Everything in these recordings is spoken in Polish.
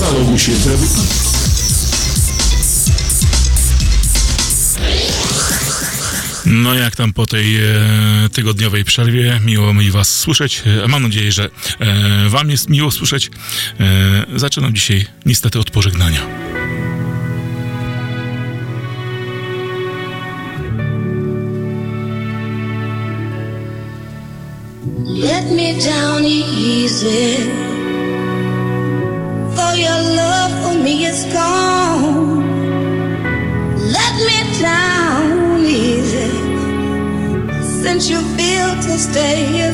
katalogu się tradycji. No jak tam po tej tygodniowej przerwie? Miło mi was słyszeć. Mam nadzieję, że wam jest miło słyszeć. Zaczynam dzisiaj niestety od pożegnania. Let me down easy, for your love for me is gone. Let me down easy, since you feel to stay here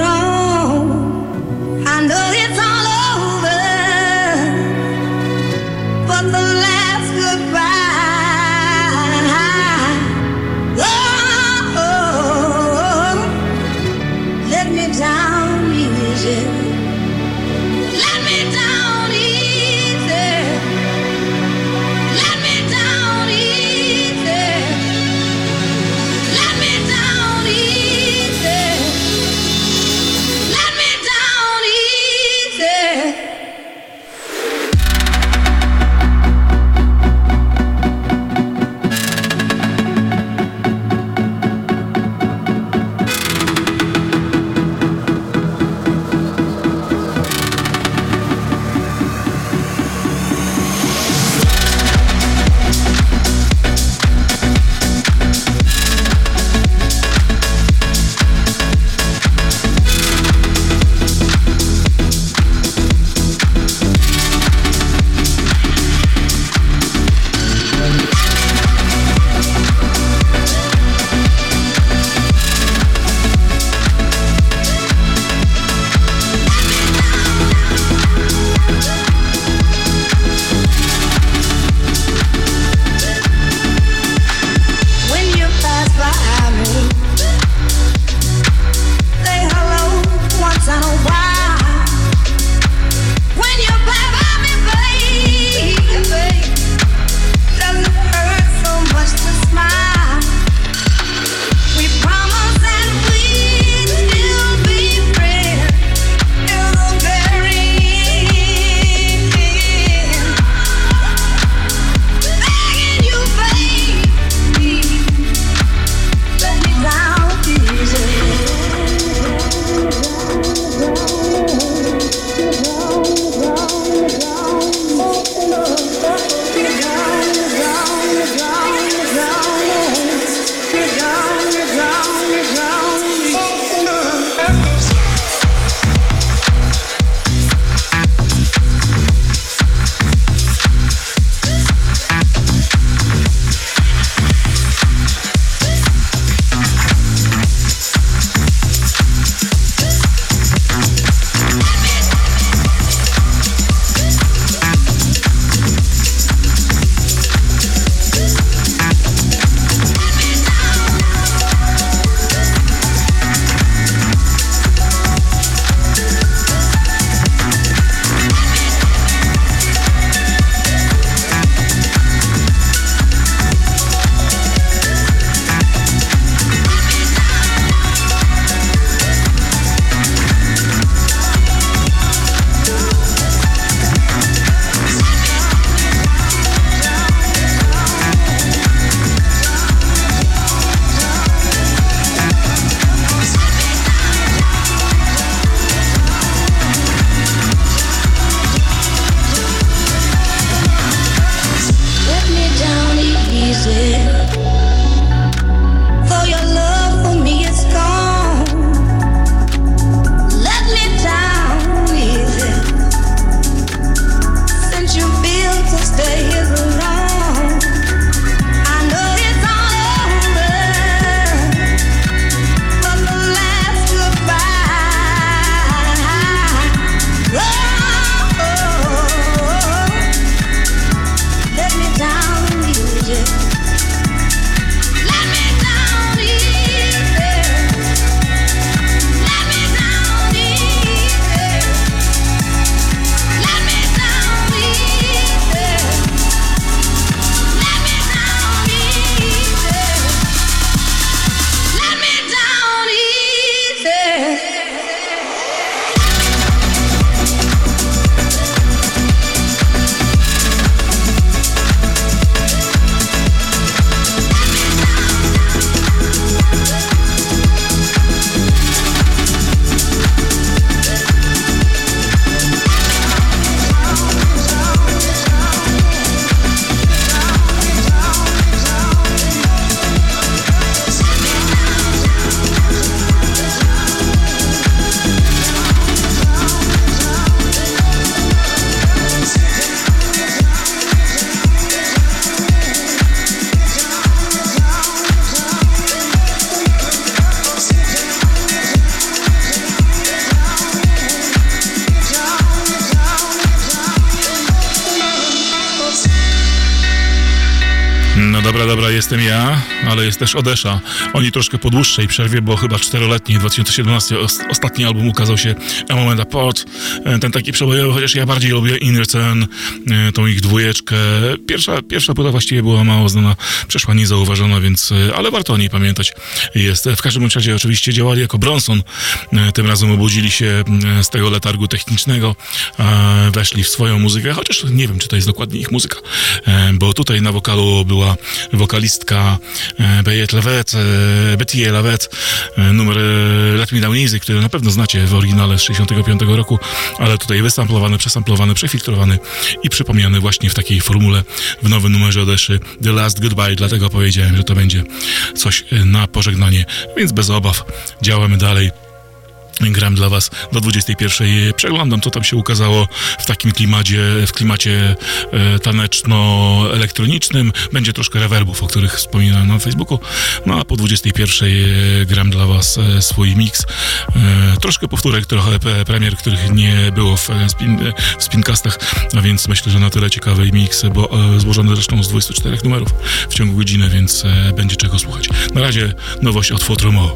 alone. I know it's all over, but the last goodbye. Let me down easy. Let me down easy. Let me down easy. Let me down easy. Dobra, jestem ja, ale jest też Odesza. Oni troszkę po dłuższej przerwie, bo chyba 4-letniej, 2017 ostatni album ukazał się A Moment Apart. Ten taki przebojowy, chociaż ja bardziej lubię Inner Turn, tą ich dwójeczkę. Pierwsza płyta właściwie była mało znana, przeszła niezauważona, więc, ale warto o niej pamiętać. Jest. W każdym razie oczywiście działali jako Bronson. Tym razem obudzili się z tego letargu technicznego, weszli w swoją muzykę, chociaż nie wiem, czy to jest dokładnie ich muzyka, bo tutaj na wokalu była wokalistka Betty Lavette, numer Let Me Down Easy, który na pewno znacie w oryginale z 65 roku, ale tutaj wysamplowany, przesamplowany, przefiltrowany i przypomniany właśnie w takiej formule w nowym numerze Odeszy The Last Goodbye, dlatego powiedziałem, że to będzie coś na pożegnanie, więc bez obaw działamy dalej. Gram dla was do 21. Przeglądam, co tam się ukazało w takim klimacie taneczno-elektronicznym. Będzie troszkę rewerbów, o których wspominałem na Facebooku. No a po 21. gram dla was swój mix. Troszkę powtórek, trochę premier, których nie było w spincastach, a więc myślę, że na tyle ciekawy mix, bo złożony zresztą z 24 numerów w ciągu godziny, więc będzie czego słuchać. Na razie nowość od Fotromo.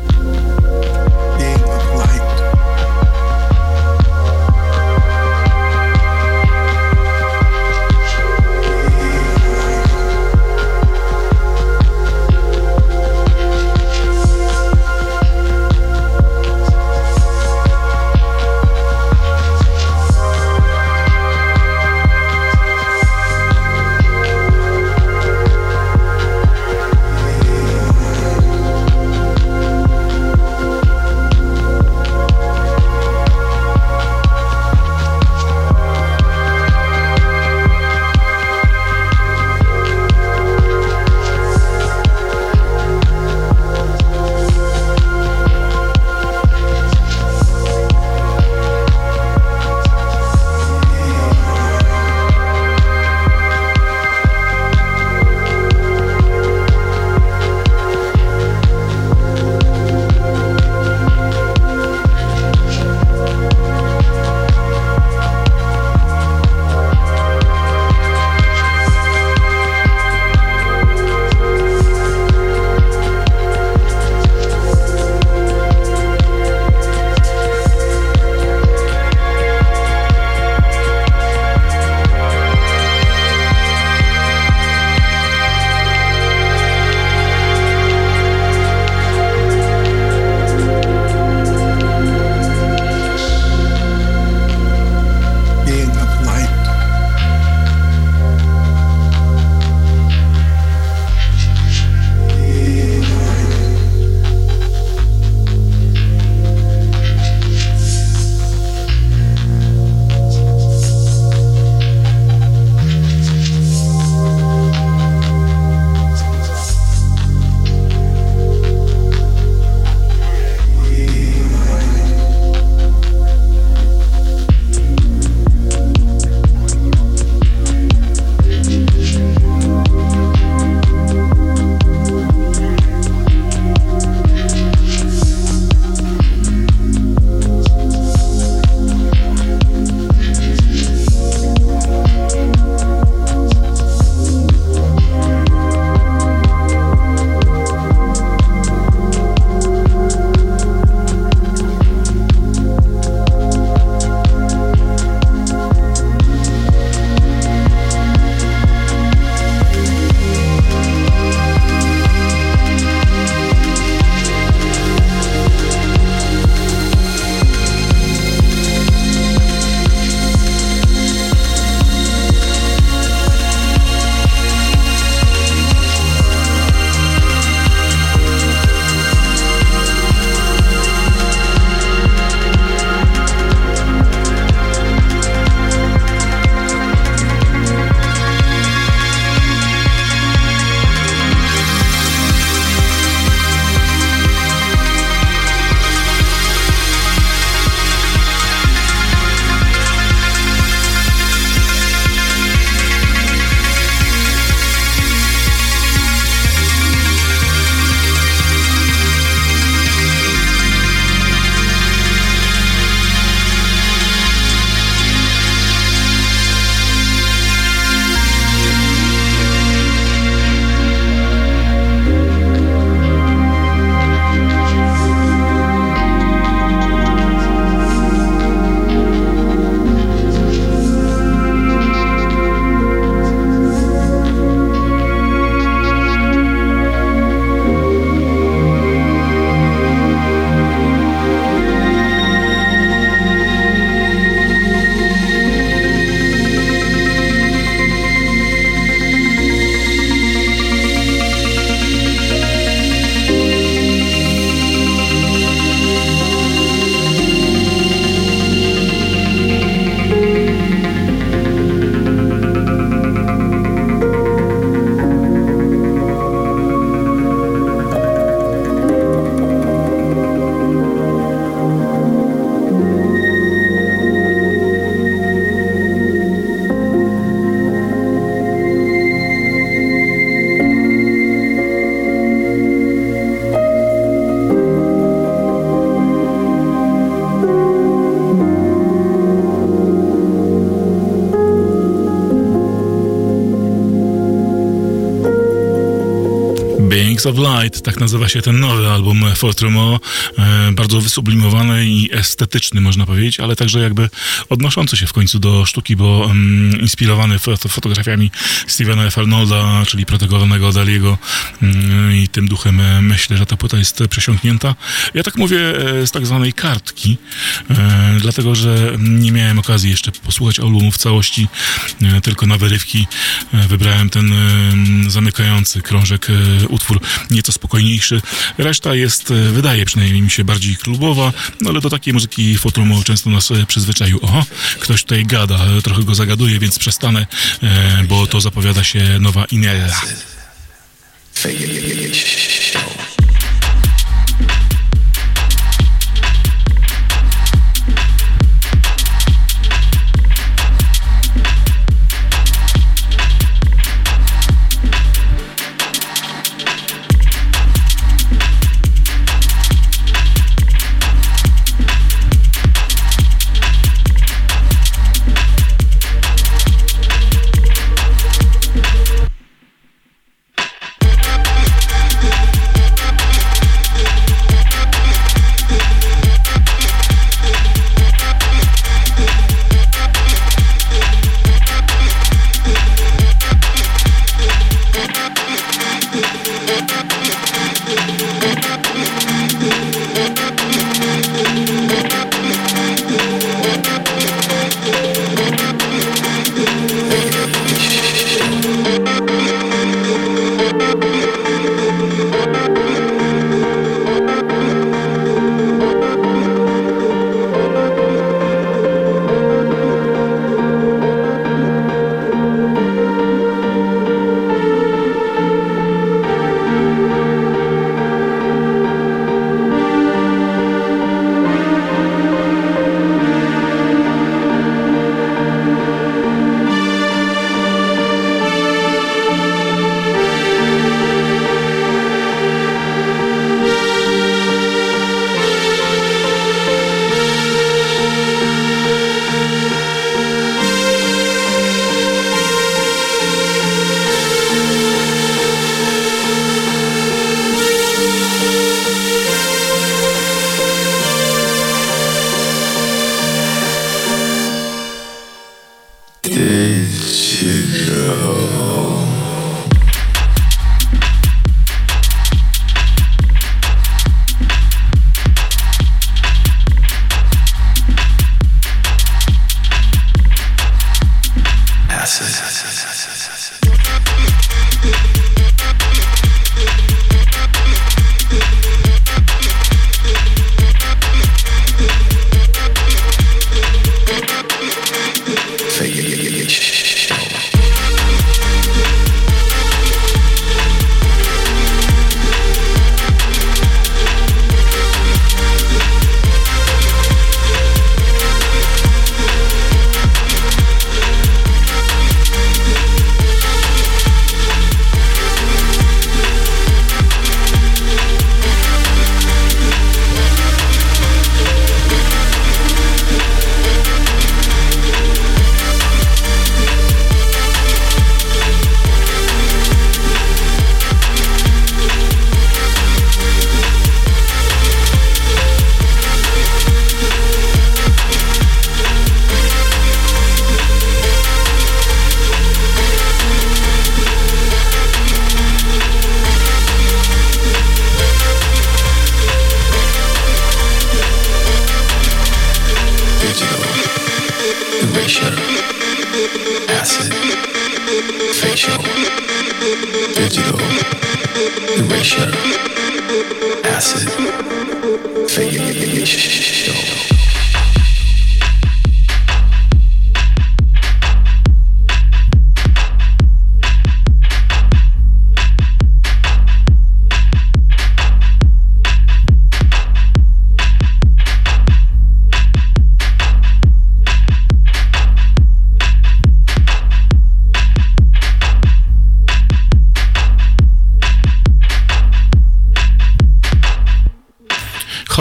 Wings of Light, tak nazywa się ten nowy album Fortrumo, bardzo wysublimowany i estetyczny, można powiedzieć, ale także jakby odnoszący się w końcu do sztuki, bo inspirowany fotografiami Stevena F. Arnolda, czyli protegowanego Daliego, i tym duchem myślę, że ta płyta jest przesiąknięta. Ja tak mówię z tak zwanej kartki, dlatego, że nie miałem okazji jeszcze posłuchać albumu w całości, tylko na wyrywki wybrałem ten zamykający krążek utwór nieco spokojniejszy. Reszta jest, wydaje przynajmniej mi się, bardziej klubowa, no ale do takiej muzyki Fortrumo często nas przyzwyczaił. Oho, ktoś tutaj gada, trochę go zagaduje, więc przestanę, bo to zapowiada się nowa Inella.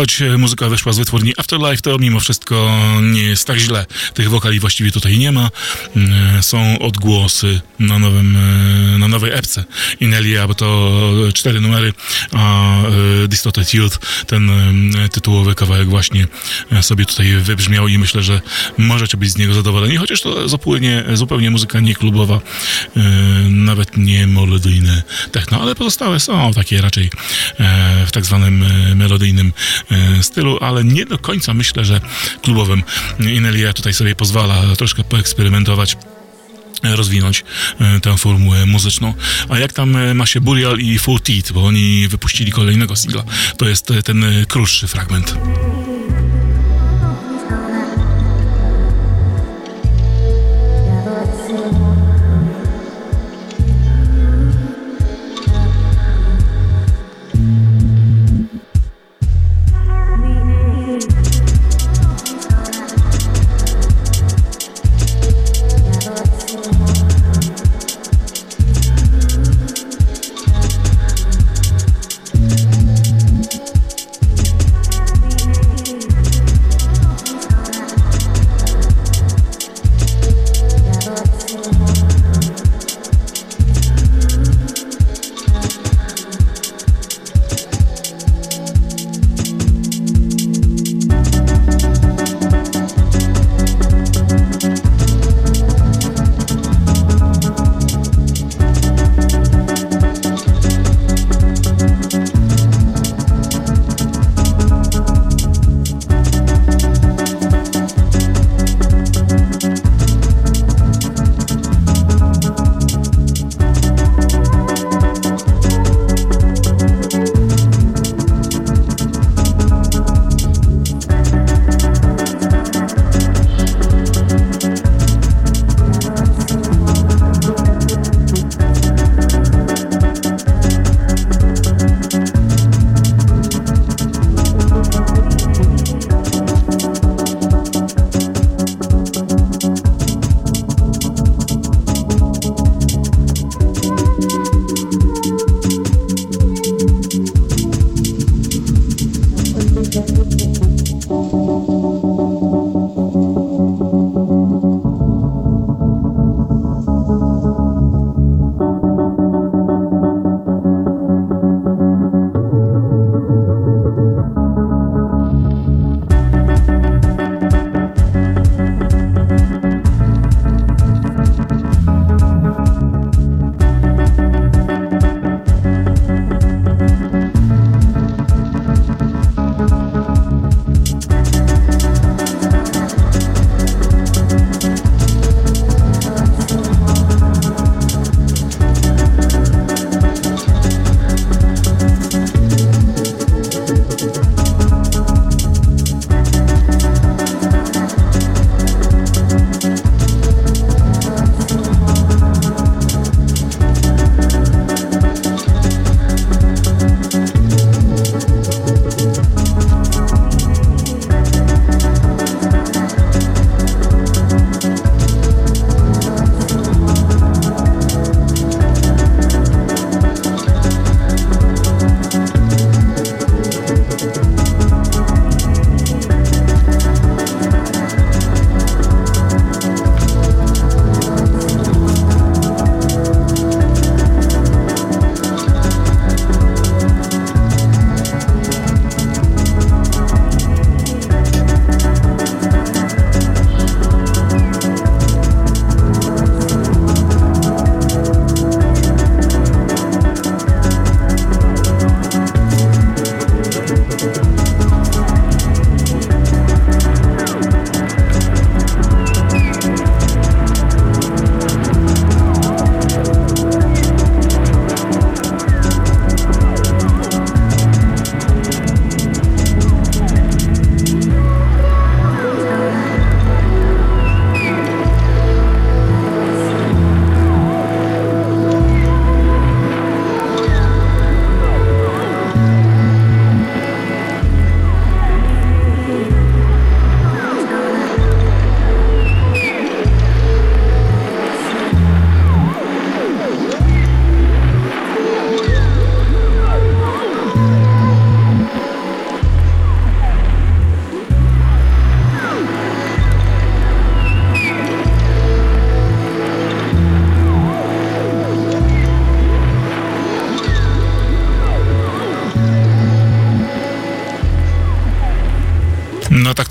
choć muzyka wyszła z wytwórni Afterlife, to mimo wszystko nie jest tak źle. Tych wokali właściwie tutaj nie ma. Są odgłosy na nowej epce Inelia, bo to 4 numery, a Distorted Youth, ten tytułowy kawałek właśnie sobie tutaj wybrzmiał i myślę, że możecie być z niego zadowoleni, chociaż to zupełnie muzyka nie klubowa, nawet nie melodyjne techno, ale pozostałe są takie raczej w tak zwanym melodyjnym stylu, ale nie do końca myślę, że klubowym. Inelia tutaj sobie pozwala troszkę poeksperymentować, rozwinąć tę formułę muzyczną. A jak tam ma się Burial i Full Teeth, bo oni wypuścili kolejnego singla. To jest ten krótszy fragment.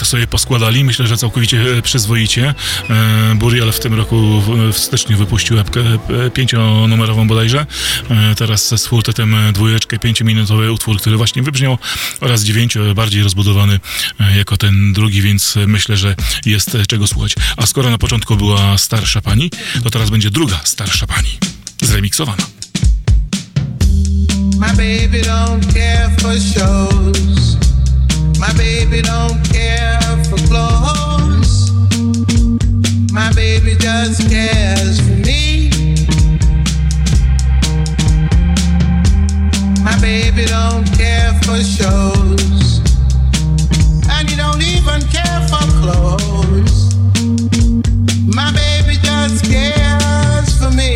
to sobie poskładali. Myślę, że całkowicie przyzwoicie. Burial w tym roku w styczniu wypuścił epkę 5-numerową bodajże. Teraz z Furtetem 2, 5-minutowy utwór, który właśnie wybrzmiał, oraz 9, bardziej rozbudowany jako ten drugi, więc myślę, że jest czego słuchać. A skoro na początku była starsza pani, to teraz będzie druga starsza pani, zremiksowana. My baby don't care for shows. My baby don't care for clothes. My baby just cares for me. My baby don't care for shows. And he don't even care for clothes. My baby just cares for me.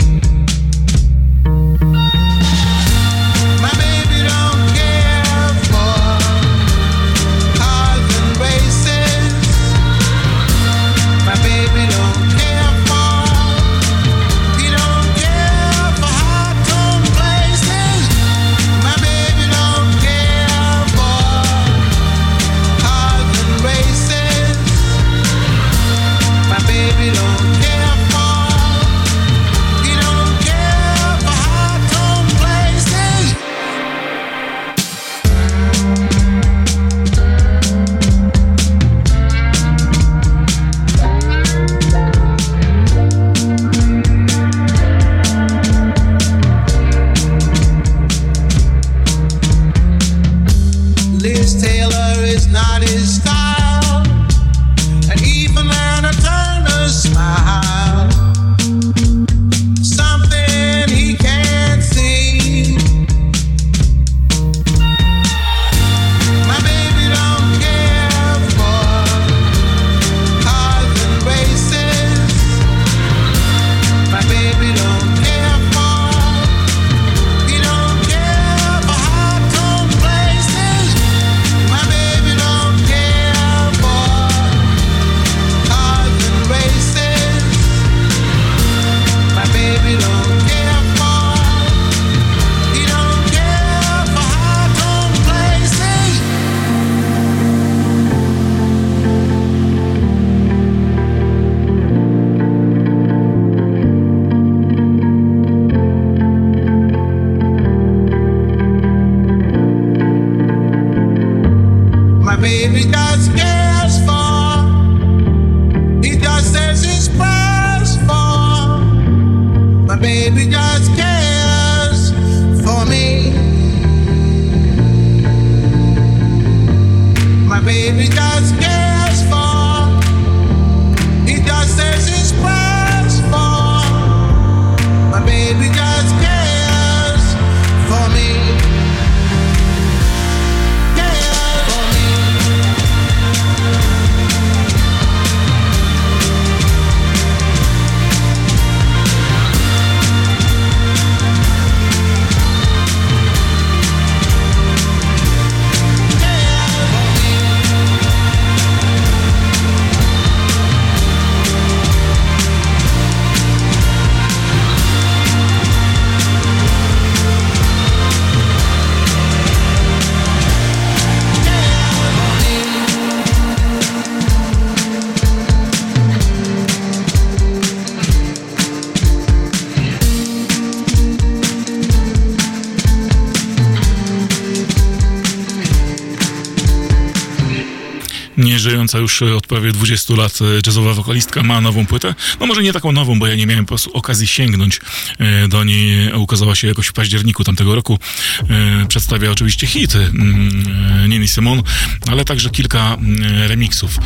Żyjąca już od prawie 20 lat jazzowa wokalistka ma nową płytę. No może nie taką nową, bo ja nie miałem po prostu okazji sięgnąć do niej. Ukazała się jakoś w październiku tamtego roku. Przedstawia oczywiście hity Nina Simone, ale także kilka remixów.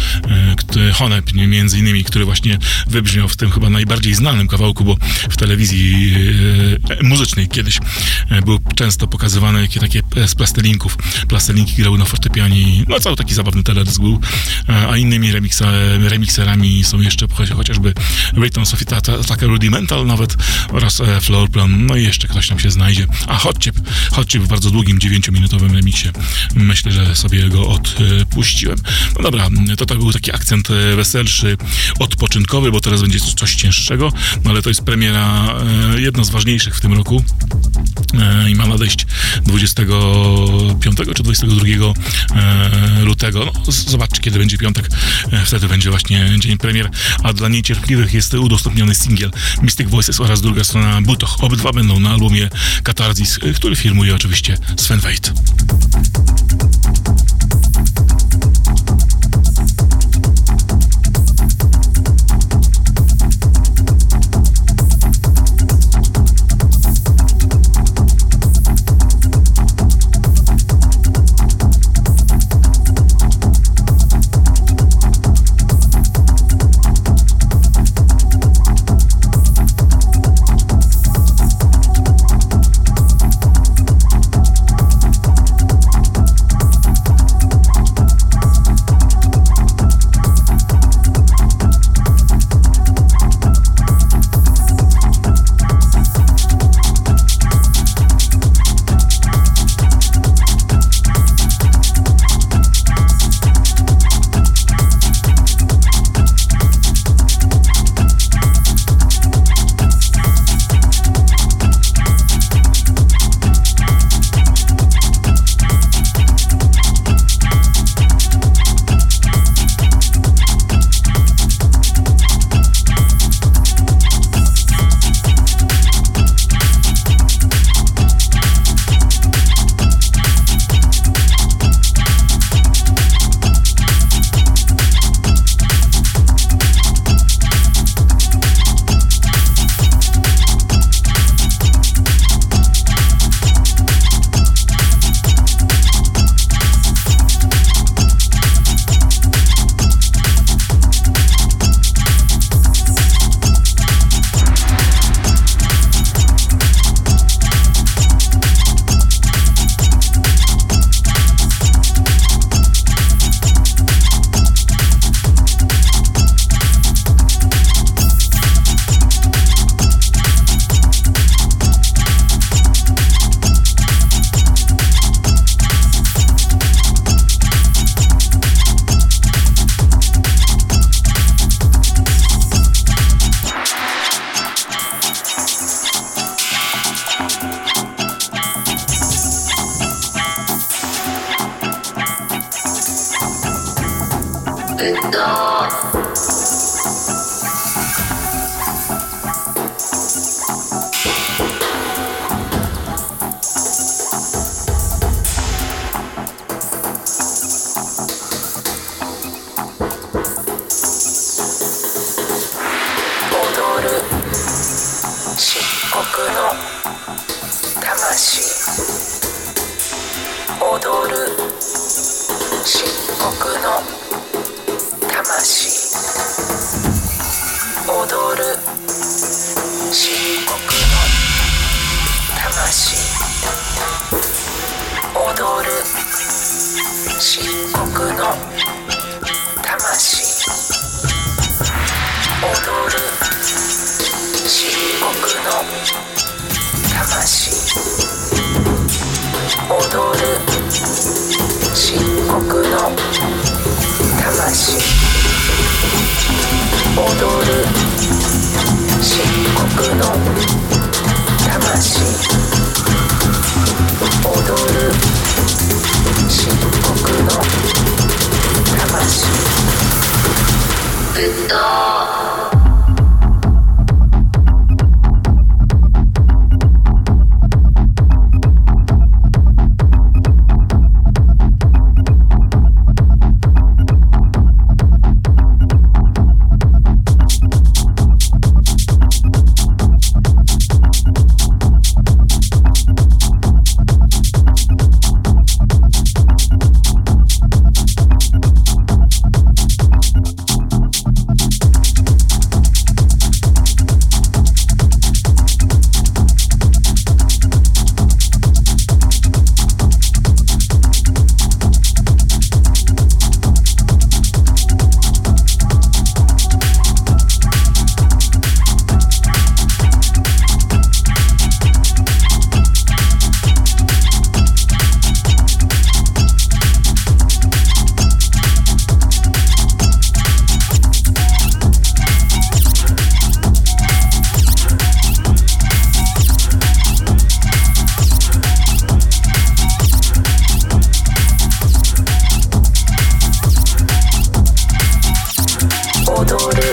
Honep między innymi, który właśnie wybrzmiał w tym chyba najbardziej znanym kawałku, bo w telewizji muzycznej kiedyś był często pokazywany takie z plastelinków. Plastelinki grały na fortepianie. No cały taki zabawny teledysk był. A innymi remixerami są jeszcze chociażby Rayton Sophie Tucker Rudimental nawet oraz Floorplan, no i jeszcze ktoś tam się znajdzie. A Hot Chip w bardzo długim 9-minutowym remiksie. Myślę, że sobie go odpuściłem. No dobra, to był taki akcent weselszy, odpoczynkowy, bo teraz będzie coś cięższego, no ale to jest premiera, jedna z ważniejszych w tym roku i ma nadejść 25 czy 22 lutego. No, zobaczcie, kiedy kiedy będzie piątek, wtedy będzie właśnie dzień premier, a dla niecierpliwych jest udostępniony singiel Mystic Voices oraz druga strona Butoch. Obydwa będą na albumie Katarzys, który filmuje oczywiście Sven Väth.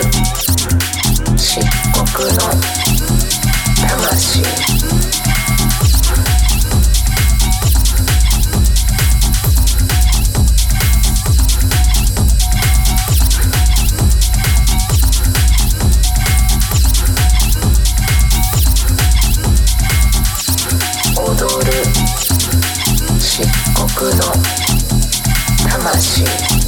漆黒の魂踊る漆黒の魂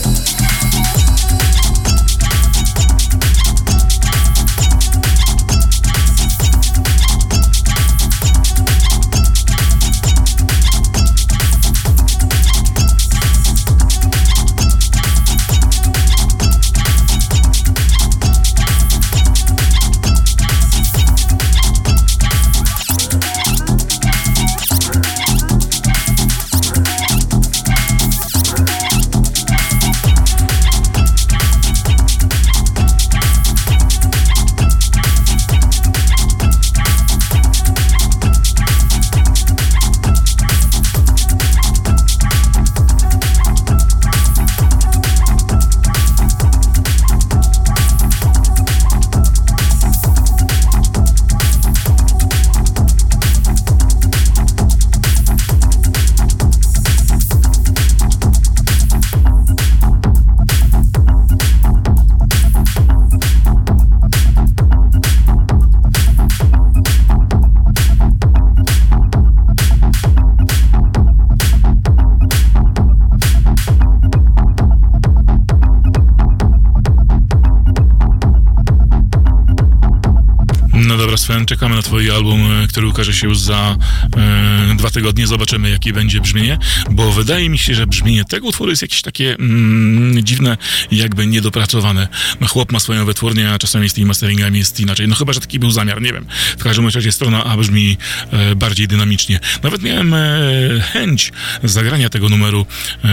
Sven, czekamy na twój album, który ukaże się już za 2 tygodnie. Zobaczymy, jakie będzie brzmienie, bo wydaje mi się, że brzmienie tego utworu jest jakieś takie dziwne i jakby niedopracowane. No, chłop ma swoją wytwórnię, a czasami z tymi masteringami jest inaczej. No chyba, że taki był zamiar, nie wiem. W każdym razie strona A brzmi bardziej dynamicznie. Nawet miałem chęć zagrania tego numeru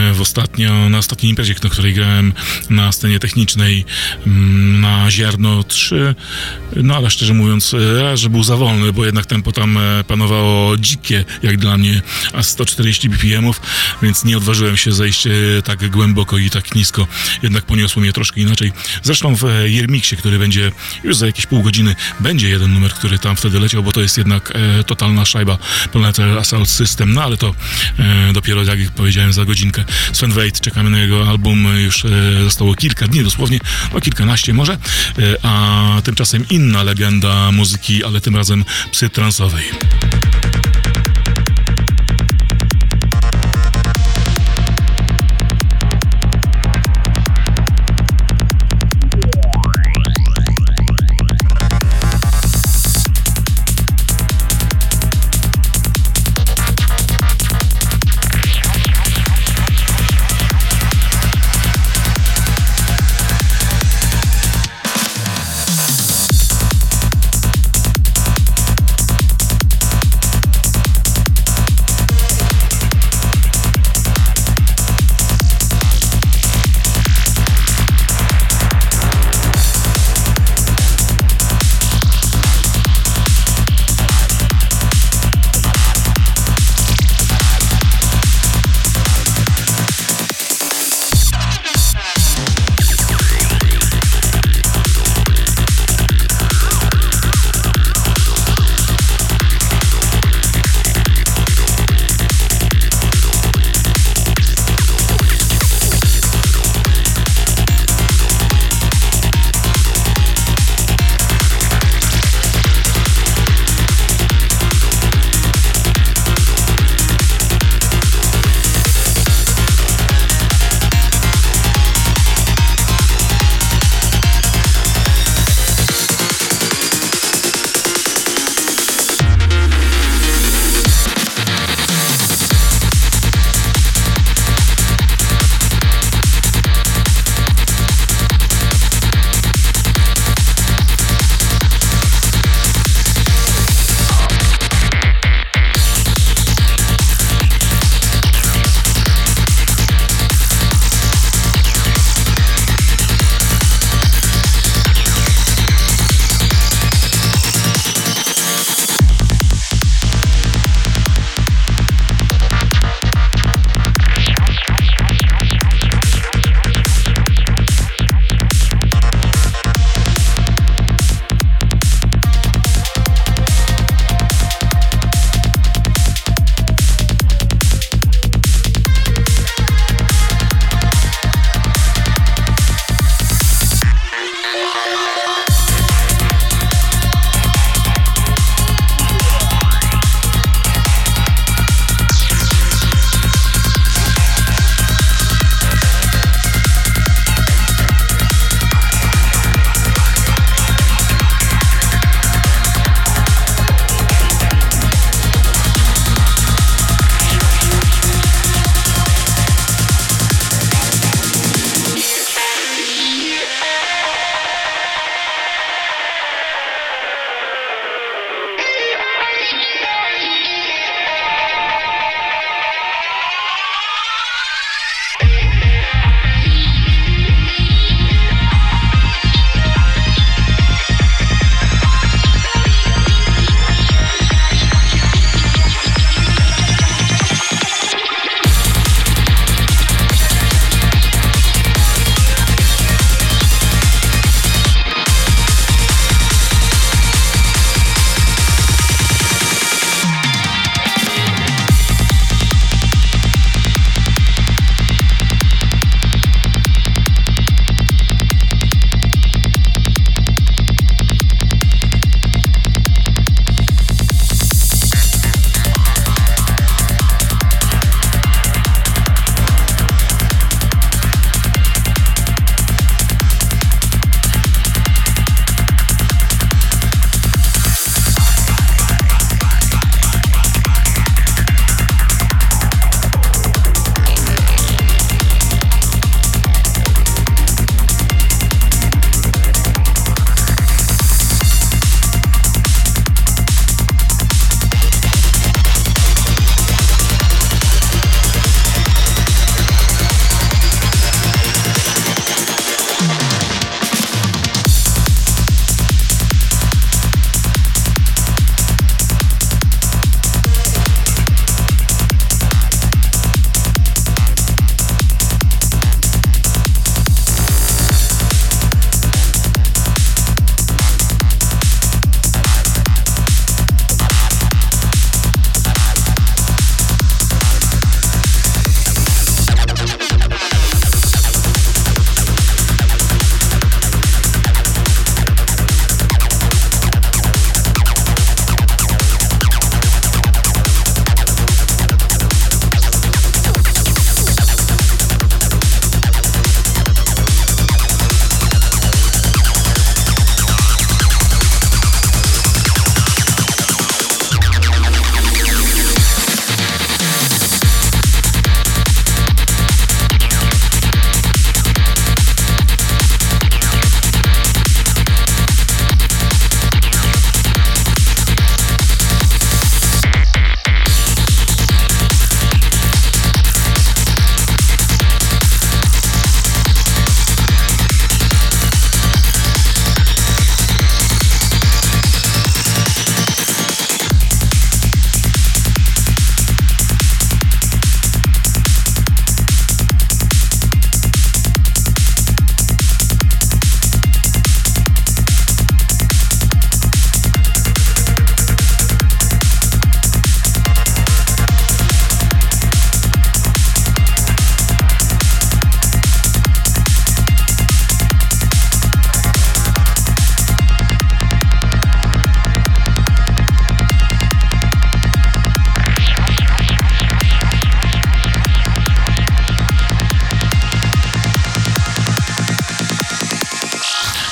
na ostatniej imprezie, na której grałem na scenie technicznej na Ziarno 3, no ale szczerze mówiąc, raz, że był za wolny, bo jednak tempo tam panowało dzikie, jak dla mnie, a 140 BPM-ów, więc nie odważyłem się zejść tak głęboko i tak nisko. Jednak poniosło mnie troszkę inaczej. Zresztą w Jermiksie, który będzie już za jakieś pół godziny, będzie jeden numer, który tam wtedy leciał, bo to jest jednak totalna szajba Planetary Assault System, no ale to dopiero, jak powiedziałem, za godzinkę. Sven Väth, czekamy na jego album, już zostało kilka dni dosłownie, no kilkanaście może, a tymczasem inna legenda muzyki, ale tym razem psytransowej.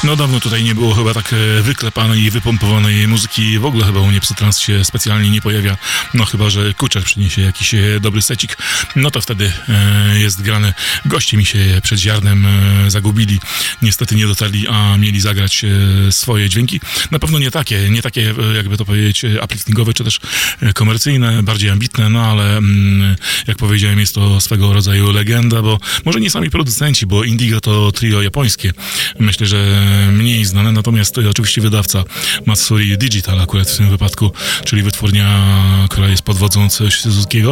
No dawno tutaj nie było chyba tak wyklepanej i wypompowanej muzyki. W ogóle chyba u mnie Psytrance się specjalnie nie pojawia. No chyba, że Kuczer przyniesie jakiś dobry secik. No to wtedy jest grane. Goście mi się przed ziarnem zagubili. Niestety nie dotarli, a mieli zagrać swoje dźwięki. Na pewno nie takie, jakby to powiedzieć, upliftingowe, czy też komercyjne, bardziej ambitne, no ale jak powiedziałem, jest to swego rodzaju legenda, bo może nie sami producenci, bo Indigo to trio japońskie. Myślę, że mniej znane, natomiast oczywiście wydawca Matsuri Digital akurat w tym wypadku, czyli wytwórnia, która jest pod wodzą Suzukiego,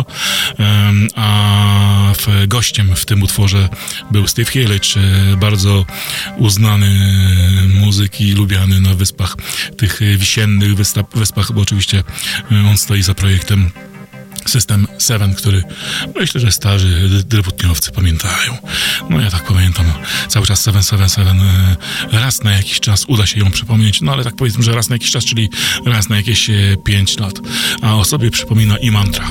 a gościem w tym utworze był Steve Hillage, bardzo uznany muzyk i lubiany na wyspach, tych wisiennych wyspach, bo oczywiście on stoi za projektem System 7, który myślę, że starzy drewutniowcy pamiętają. No ja tak pamiętam cały czas 777. Raz na jakiś czas uda się ją przypomnieć, no ale tak powiedzmy, że raz na jakiś czas, czyli raz na jakieś 5 lat. A o sobie przypomina i mantra.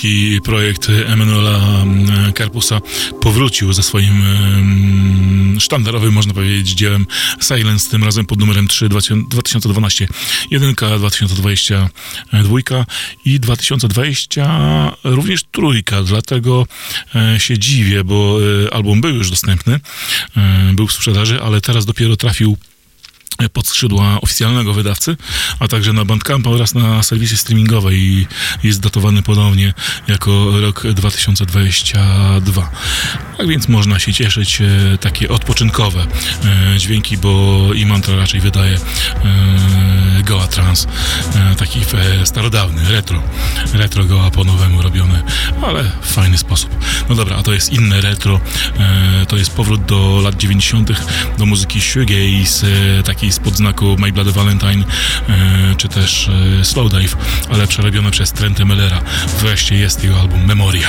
wielki projekt Emanuela Karpusa powrócił ze swoim sztandarowym, można powiedzieć, dziełem Silence, tym razem pod numerem 3, 2012 jedynka, 2022 i 2020 również trójka, dlatego się dziwię, bo album był już dostępny, był w sprzedaży, ale teraz dopiero trafił pod skrzydła oficjalnego wydawcy, a także na Bandcampa oraz na serwisy streamingowe i jest datowany ponownie jako rok 2022. Tak więc można się cieszyć, takie odpoczynkowe dźwięki, bo i Mantra raczej wydaje goa trance, taki starodawny, retro goa po nowemu robiony, ale w fajny sposób. No dobra, a to jest inne retro, to jest powrót do lat 90., do muzyki shoegaze, takiej spod znaku My Bloody Valentine, czy też Slowdive, ale przerobione przez Trenta Mellera. Wreszcie jest jego album Memoria.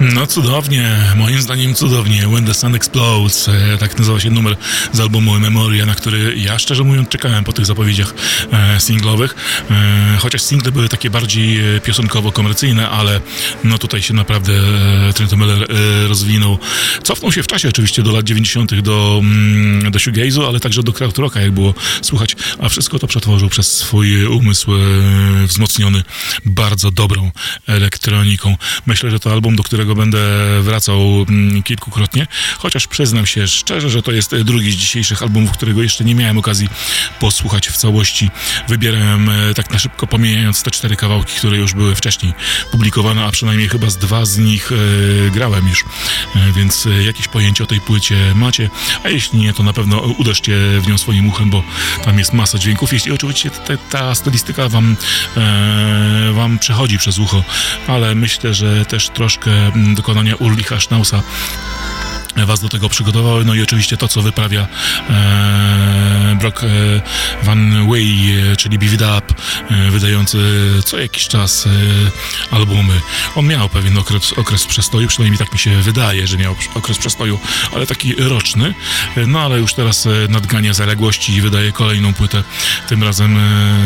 No cudownie, moim zdaniem cudownie. When the Sun Explodes, tak nazywa się numer z albumu Memoria, na który ja szczerze mówiąc czekałem po tych zapowiedziach singlowych. Chociaż single były takie bardziej piosenkowo-komercyjne, ale no tutaj się naprawdę Trenton Miller rozwinął. Cofnął się w czasie oczywiście do lat 90. do shoegaze'u, ale także do krautrocka, jak było słychać, a wszystko to przetworzył przez swój umysł wzmocniony bardzo dobrą elektroniką. Myślę, że to album, do którego będę wracał kilkukrotnie, chociaż przyznam się szczerze, że to jest drugi z dzisiejszych albumów, którego jeszcze nie miałem okazji posłuchać w całości. Wybierałem tak na szybko, pomijając te 4 kawałki, które już były wcześniej publikowane, a przynajmniej chyba z 2 z nich grałem już, więc jakieś pojęcie o tej płycie macie, a jeśli nie, to na pewno uderzcie w nią swoim uchem, bo tam jest masa dźwięków. Jeśli oczywiście ta stylistyka wam przechodzi przez ucho, ale myślę, że też troszkę dokonania Ulricha Schnausa was do tego przygotowały. No i oczywiście to, co wyprawia Brock Van Wey, czyli Beef It Up, wydający co jakiś czas albumy. On miał pewien okres przestoju, przynajmniej tak mi się wydaje, że miał okres przestoju, ale taki roczny. No ale już teraz nadgania zaległości i wydaje kolejną płytę, tym razem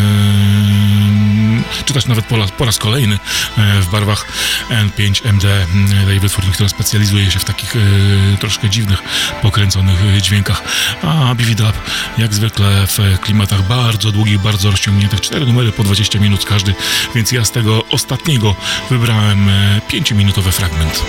czy też nawet po raz kolejny w barwach N5MD, tej wytwórni, która specjalizuje się w takich troszkę dziwnych, pokręconych dźwiękach. A Beef It Up jak zwykle w klimatach bardzo długich, bardzo rozciągniętych, 4 numery po 20 minut każdy, więc ja z tego ostatniego wybrałem 5-minutowy fragment.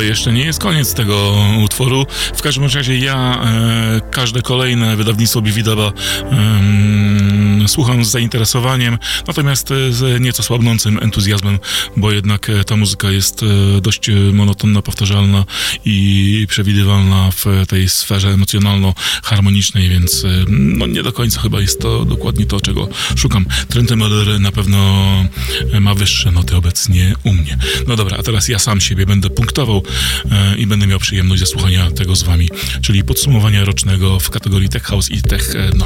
jeszcze nie jest koniec tego utworu. W każdym razie ja każde kolejne wydawnictwo Bividaba słucham z zainteresowaniem, natomiast z nieco słabnącym entuzjazmem, bo jednak ta muzyka jest dość monotonna, powtarzalna i przewidywalna w tej sferze emocjonalno-harmonicznej, więc no nie do końca chyba jest to dokładnie to, czego szukam. Trentemøller na pewno ma wyższe noty obecnie u mnie. No dobra, a teraz ja sam siebie będę punktował i będę miał przyjemność zasłuchania tego z wami, czyli podsumowania rocznego w kategorii Tech House i Tech No.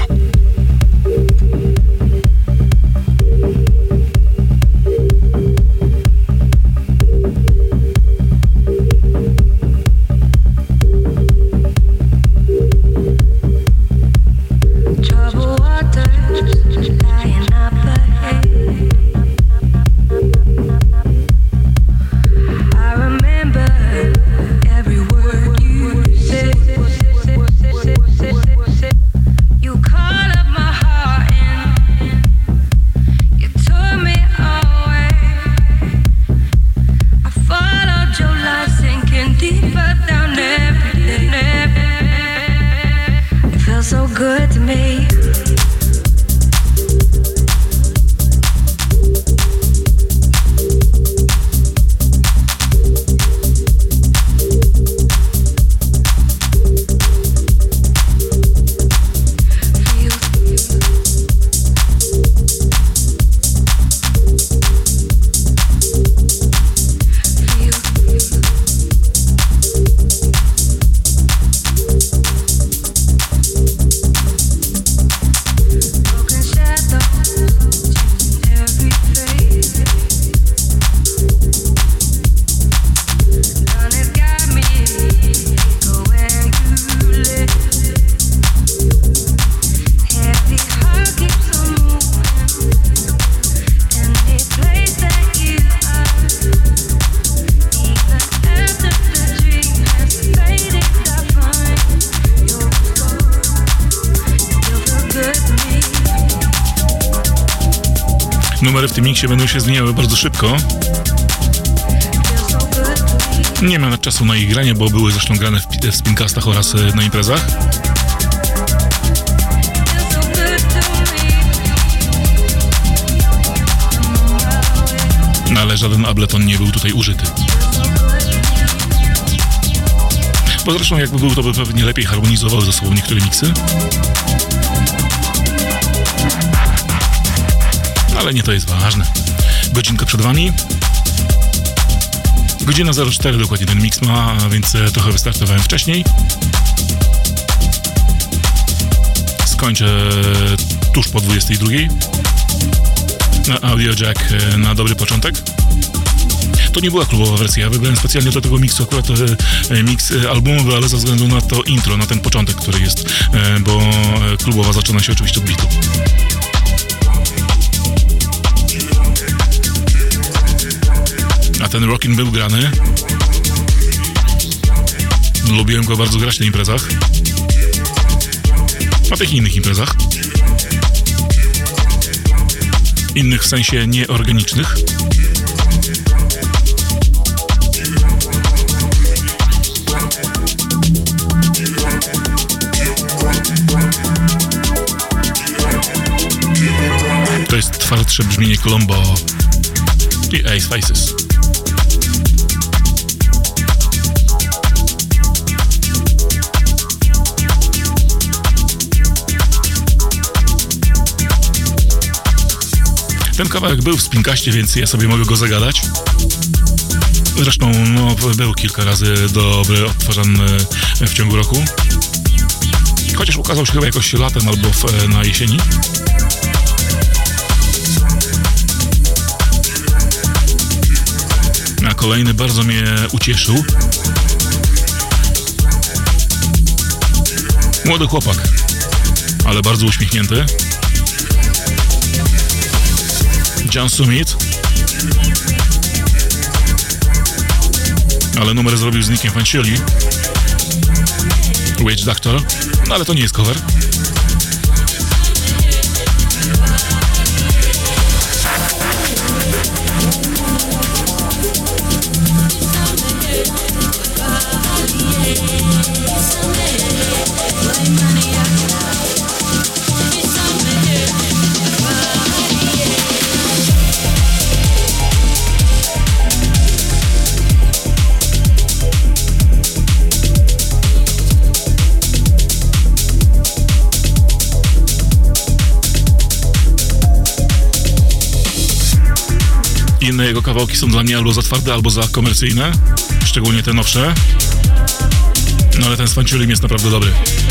Numery w tym miksie będą się zmieniały bardzo szybko. Nie mam czasu na ich granie, bo były zresztą grane w spincastach oraz na imprezach. No, ale żaden Ableton nie był tutaj użyty. Bo zresztą jakby był, to by pewnie lepiej harmonizowały ze sobą niektóre miksy. Ale nie to jest ważne. Godzinka przed wami. Godzina 04 dokładnie ten miks ma, więc trochę wystartowałem wcześniej. Skończę tuż po 22. Na Audio Jack na dobry początek. To nie była klubowa wersja, wybrałem specjalnie do tego miksu akurat miks albumowy, ale ze względu na to intro, na ten początek, który jest, bo klubowa zaczyna się oczywiście od bitu. A ten rockin' był grany. Lubiłem go bardzo grać na imprezach. Na tych innych imprezach. Innych w sensie nieorganicznych. To jest twardsze brzmienie Colombo i Ace Faces. Ten kawałek był w spinkaście, więc ja sobie mogę go zagadać. Zresztą no, był kilka razy dobry odtwarzany w ciągu roku. Chociaż ukazał się chyba jakoś latem albo na jesieni. A kolejny bardzo mnie ucieszył. Młody chłopak, ale bardzo uśmiechnięty. John Summit. Ale numer zrobił z Nickiem Fanciulli. Witch Doctor. No ale to nie jest cover. Inne jego kawałki są dla mnie albo za twarde, albo za komercyjne, szczególnie te nowsze. No ale ten z Fanciullim jest naprawdę dobry.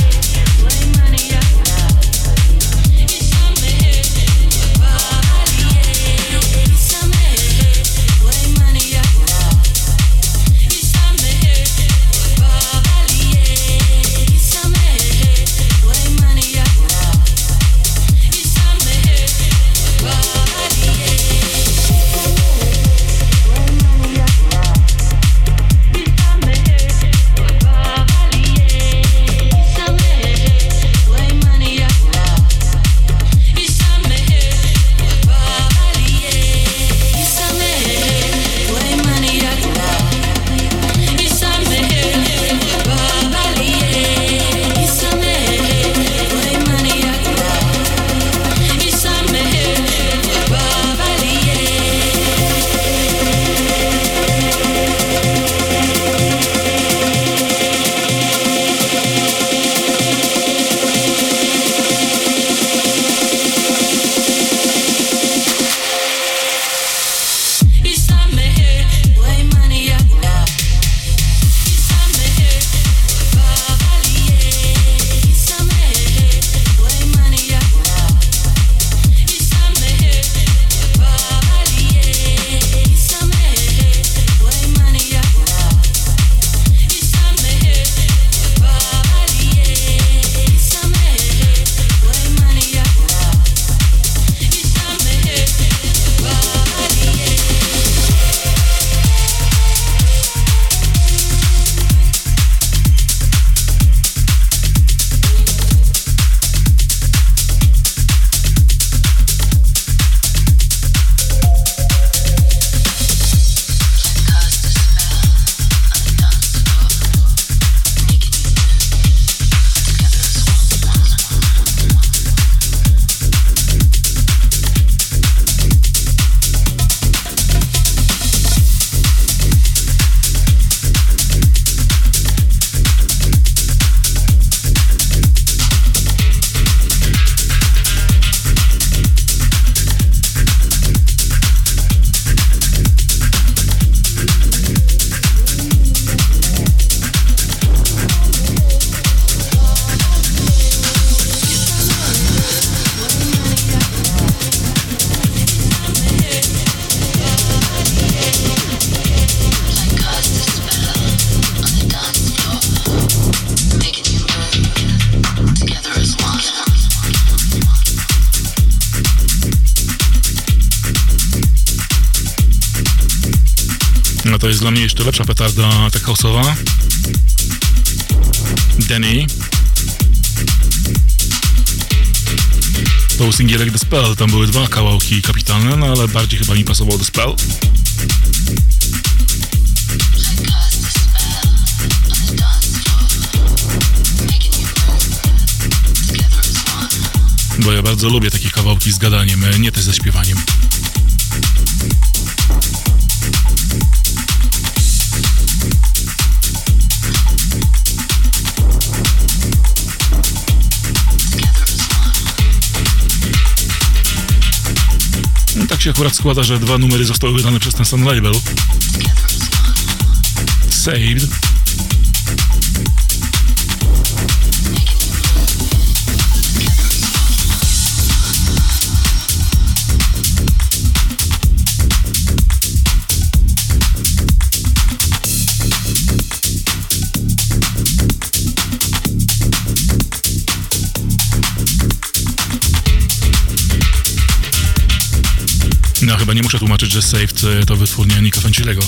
No to jest dla mnie jeszcze lepsza petarda tech house'owa. Danny. To był singielek The Spell, tam były dwa kawałki kapitalne, no ale bardziej chyba mi pasował The Spell. Bo ja bardzo lubię takie kawałki z gadaniem, nie też ze śpiewaniem. Tak się akurat składa, że dwa numery zostały wydane przez ten sam label. Saved. No chyba nie muszę tłumaczyć, że Saved to wytwórnia Nika Fanciullego.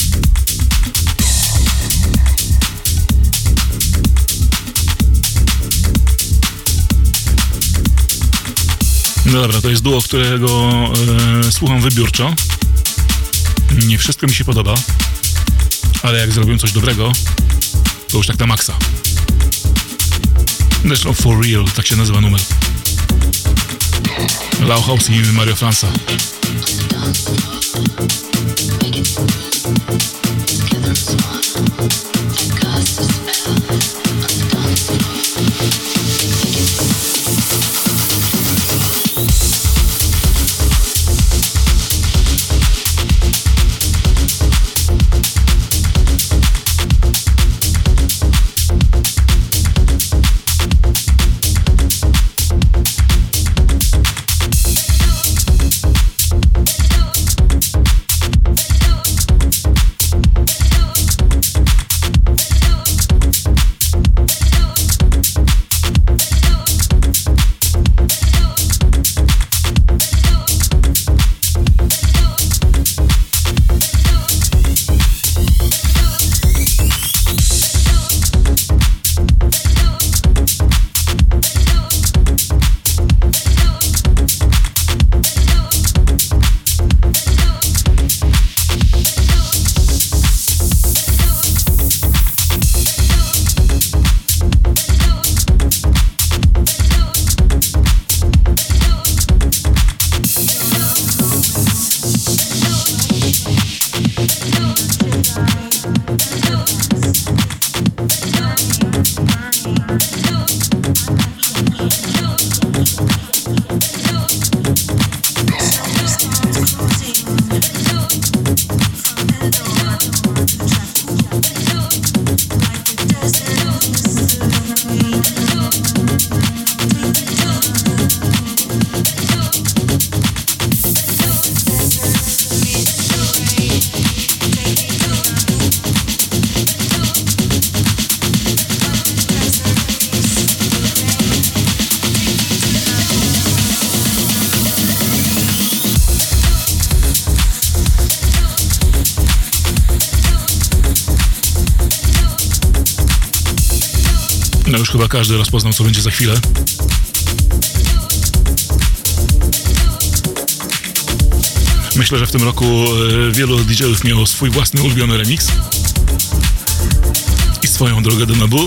No dobra, to jest duo, którego słucham wybiórczo. Nie wszystko mi się podoba, ale jak zrobią coś dobrego, to już tak na maksa. Zresztą For Real, tak się nazywa numer. Lauhaus i Mario Franza. No już chyba każdy rozpoznał, co będzie za chwilę. Myślę, że w tym roku wielu DJ-ów miało swój własny ulubiony remix i swoją drogę do Nabu.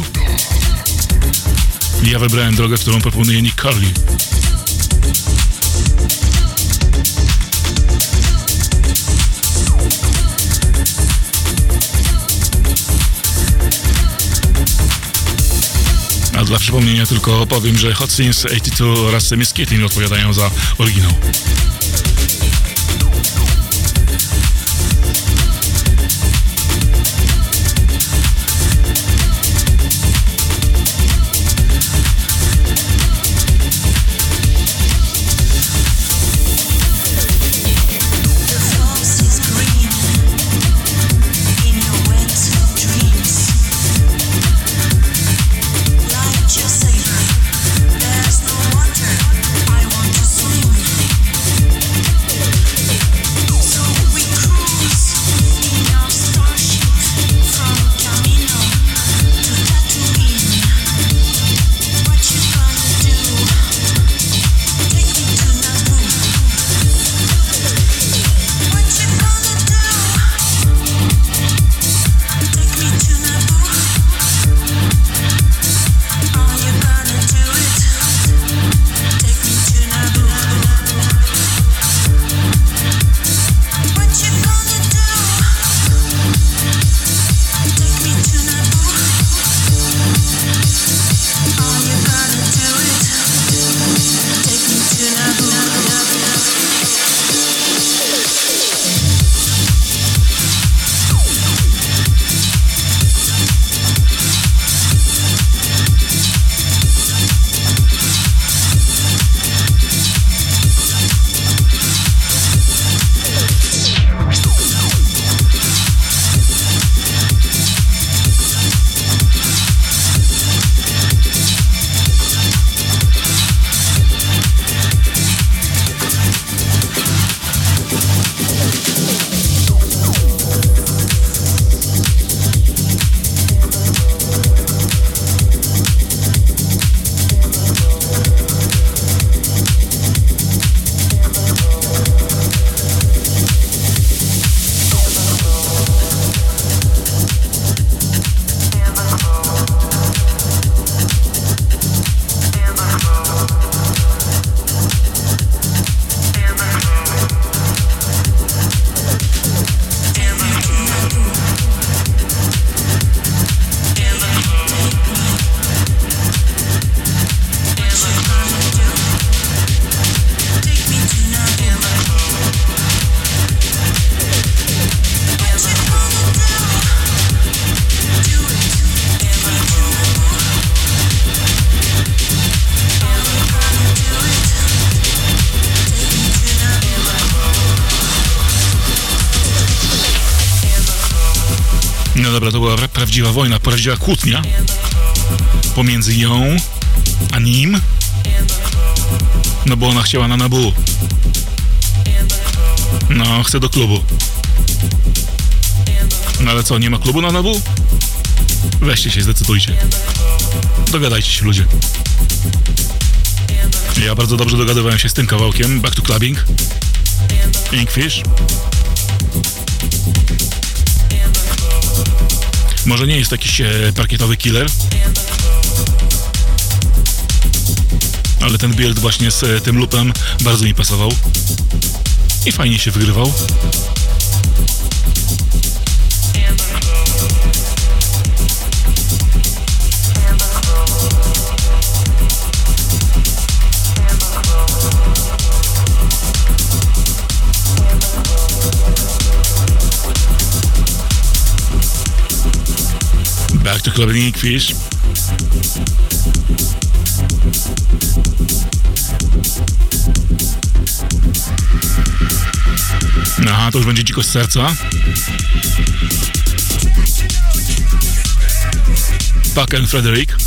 Ja wybrałem drogę, którą proponuje Nick Carly. A dla przypomnienia tylko powiem, że Hot Scenes 82 oraz Miss Kitty odpowiadają za oryginał. No dobra, to była prawdziwa wojna, prawdziwa kłótnia pomiędzy nią a nim, no bo ona chciała na Nabu. No, chce do klubu. No ale co, nie ma klubu na Nabu? Weźcie się, zdecydujcie. Dogadajcie się, ludzie. Ja bardzo dobrze dogadywałem się z tym kawałkiem, Back to Clubbing, Inkfish. Może nie jest jakiś parkietowy killer, ale ten build właśnie z tym loopem bardzo mi pasował i fajnie się wygrywał. Chlebnik Fish. Aha, to już będzie dzikość serca. Puck and Frederick.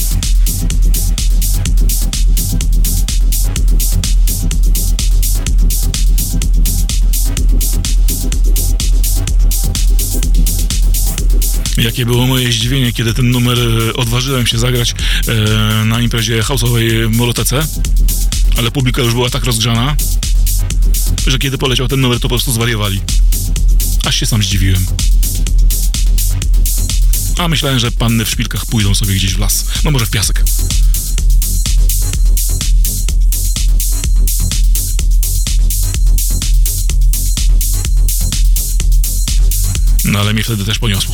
Jakie było moje zdziwienie, kiedy ten numer odważyłem się zagrać na imprezie house'owej Molotece, ale publika już była tak rozgrzana, że kiedy poleciał ten numer, to po prostu zwariowali. Aż się sam zdziwiłem. A myślałem, że panny w szpilkach pójdą sobie gdzieś w las. No może w piasek. No ale mnie wtedy też poniosło.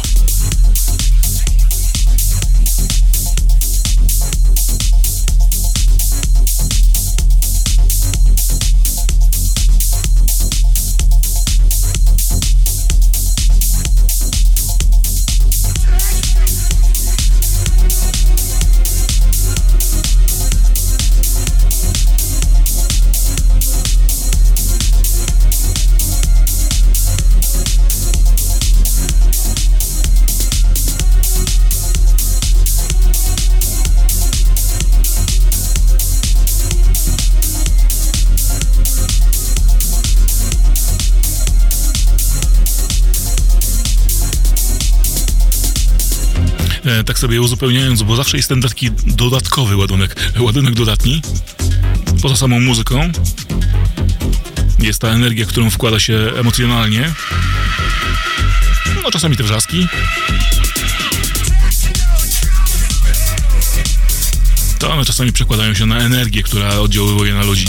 Tak sobie uzupełniając, bo zawsze jest ten taki dodatkowy ładunek dodatni, poza samą muzyką. Jest ta energia, którą wkłada się emocjonalnie. No czasami te wrzaski. To one czasami przekładają się na energię, która oddziaływuje na ludzi.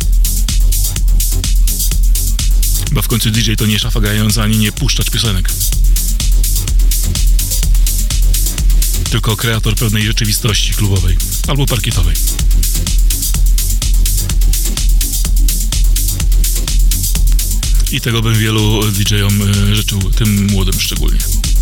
Bo w końcu DJ to nie szafa grająca, ani nie puszczacz piosenek. Tylko kreator pewnej rzeczywistości klubowej albo parkietowej. I tego bym wielu DJ-om życzył, tym młodym szczególnie.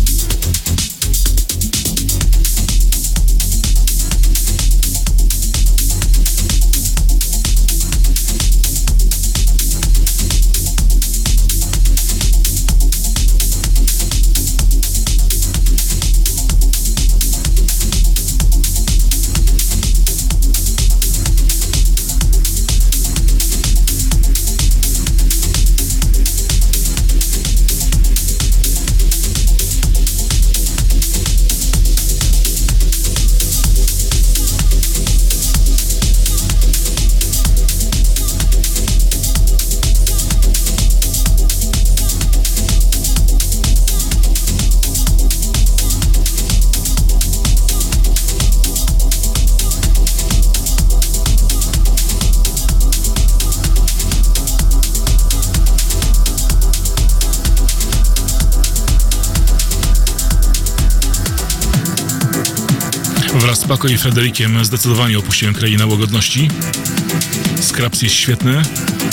Wraz z Paco i Frederickiem zdecydowanie opuściłem krainę łagodności. Scraps jest świetny,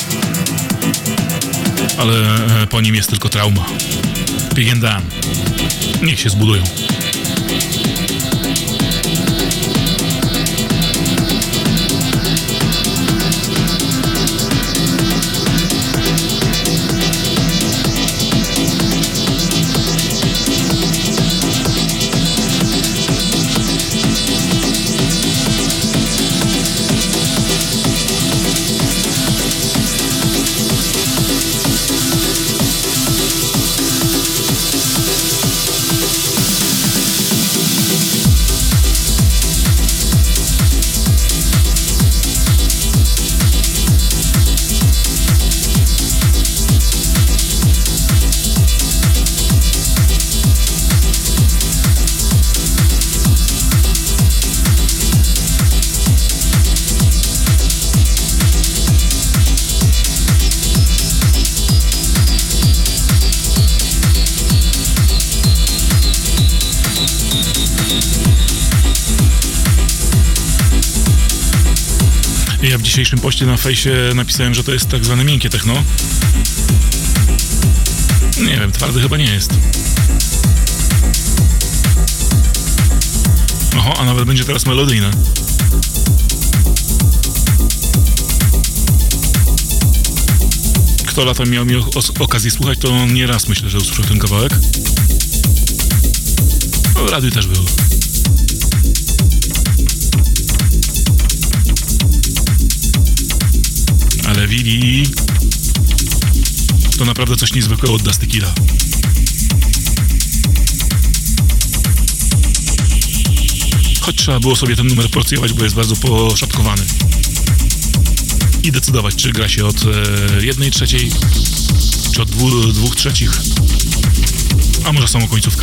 ale po nim jest tylko trauma. Pig and Dan. Niech się zbudują. Ja w dzisiejszym poście na fejsie napisałem, że to jest tak zwane miękkie techno. Nie wiem, twardy chyba nie jest. Oho, a nawet będzie teraz melodyjne. Kto latem miał mi okazję słuchać, to nieraz myślę, że usłyszał ten kawałek. No, w radiu też był. Ale Willy to naprawdę coś niezwykłego od Dusty Kida. Choć trzeba było sobie ten numer porcjować, bo jest bardzo poszatkowany. I decydować, czy gra się od 1/3, czy od 2/3, a może samą końcówkę.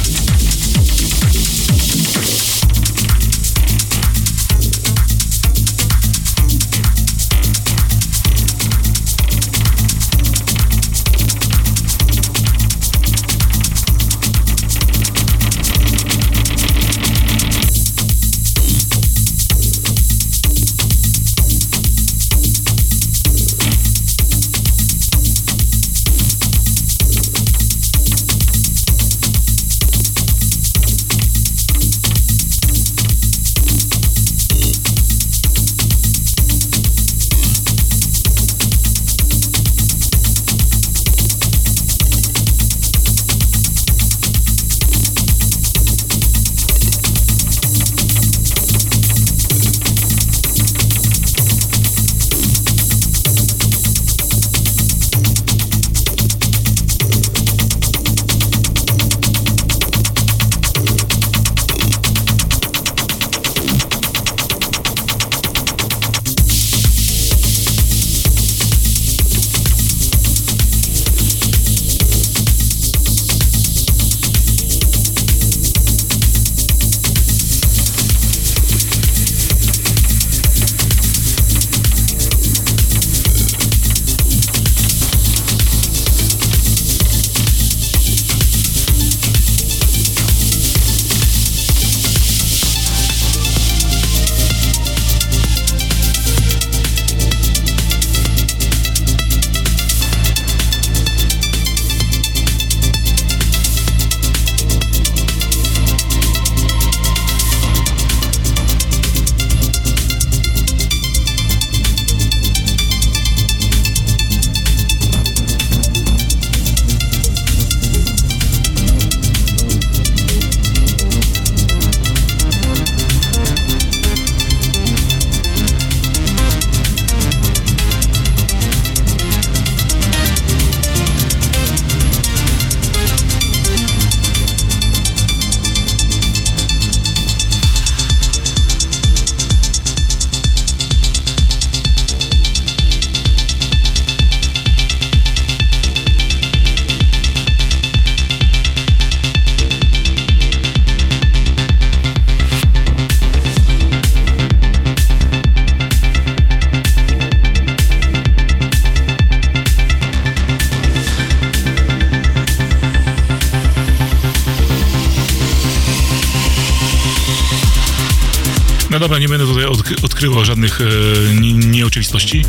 No dobra, nie będę tutaj odkrywał żadnych nieoczywistości.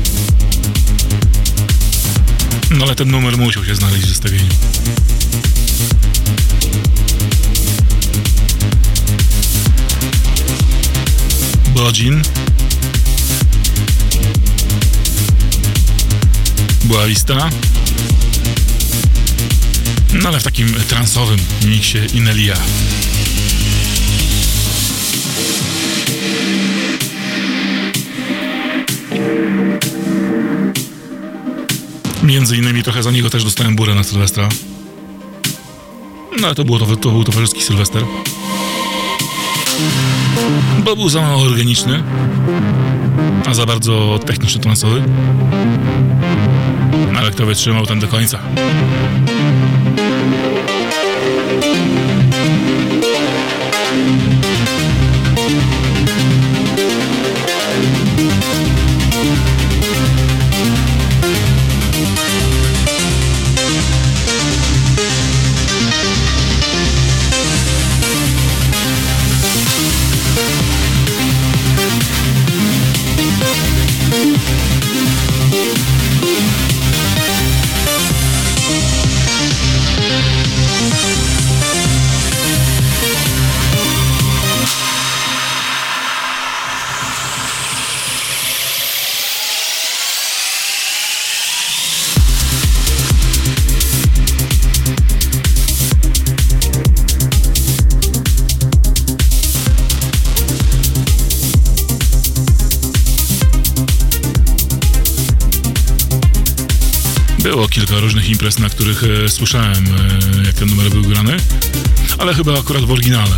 No ale ten numer musiał się znaleźć w zestawieniu. Bodzin. Była lista. No ale w takim transowym miksie Inelia. Między innymi trochę za niego też dostałem burę na Sylwestra. No ale to był towarzyski Sylwester. Bo był za mało organiczny, a za bardzo techniczny transowy. No ale kto wytrzymał, ten do końca. Było kilka różnych imprez, na których słyszałem, jak ten numer był grany, ale chyba akurat w oryginale.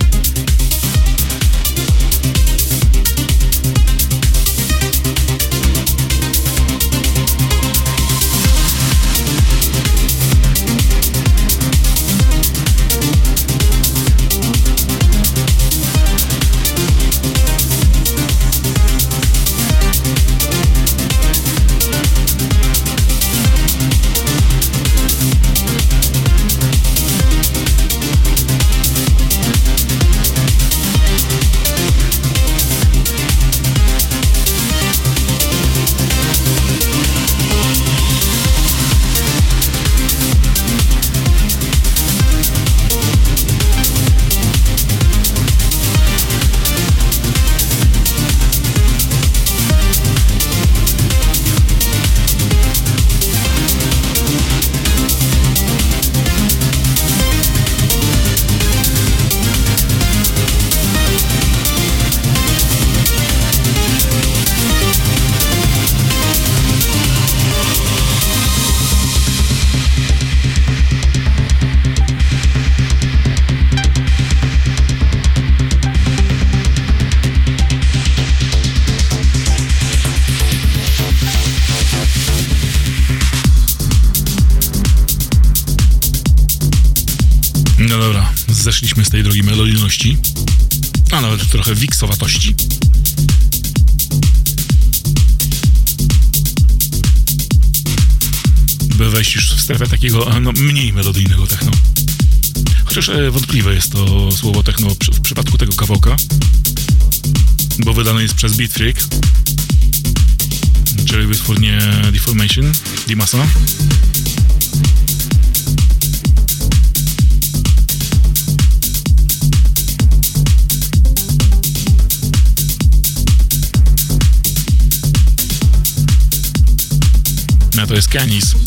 No dobra, zeszliśmy z tej drogi melodijności, a nawet trochę wiksowatości. By wejść już w strefę takiego, mniej melodyjnego techno. Chociaż wątpliwe jest to słowo techno w przypadku tego kawałka, bo wydane jest przez Beat Freak, czyli wytwórnię Deformation, Dimasa. A to jest Canis.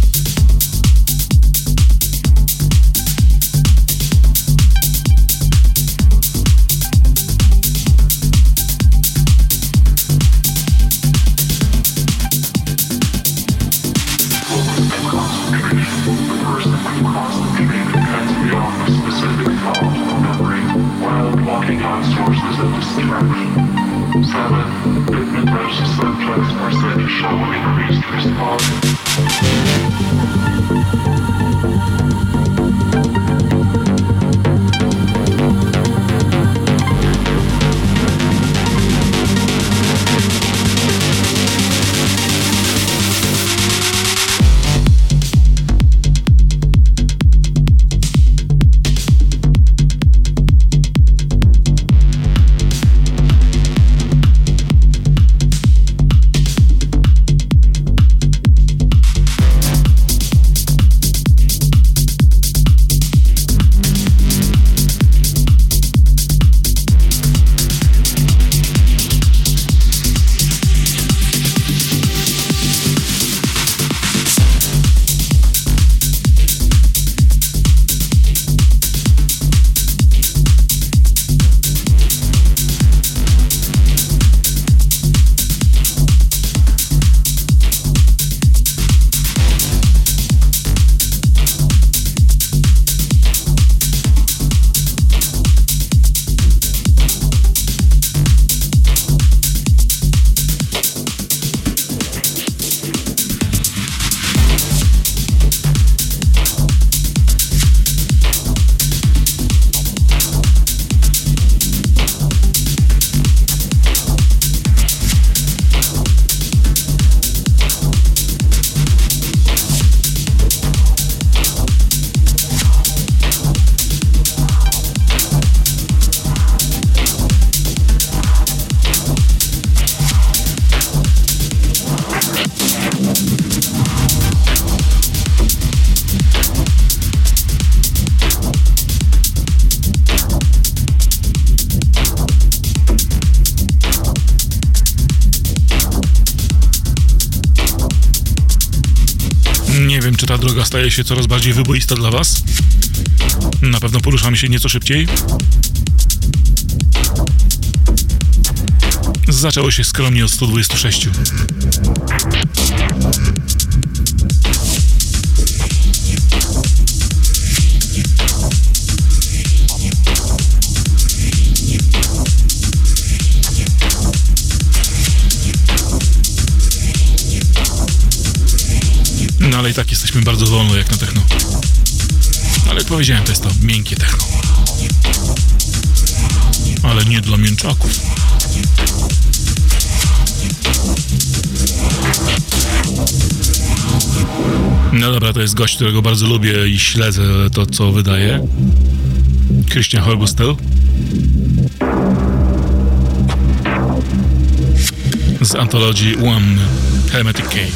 Nie wiem, czy ta droga staje się coraz bardziej wyboista dla was. Na pewno poruszamy się nieco szybciej. Zaczęło się skromnie od 126. No ale i tak jesteśmy bardzo wolno jak na techno. Ale jak powiedziałem, to jest to miękkie techno. Ale nie dla mięczaków. No dobra, to jest gość, którego bardzo lubię i śledzę to, co wydaje. Christian Horbuster. Z antologii One Hermetic Cave.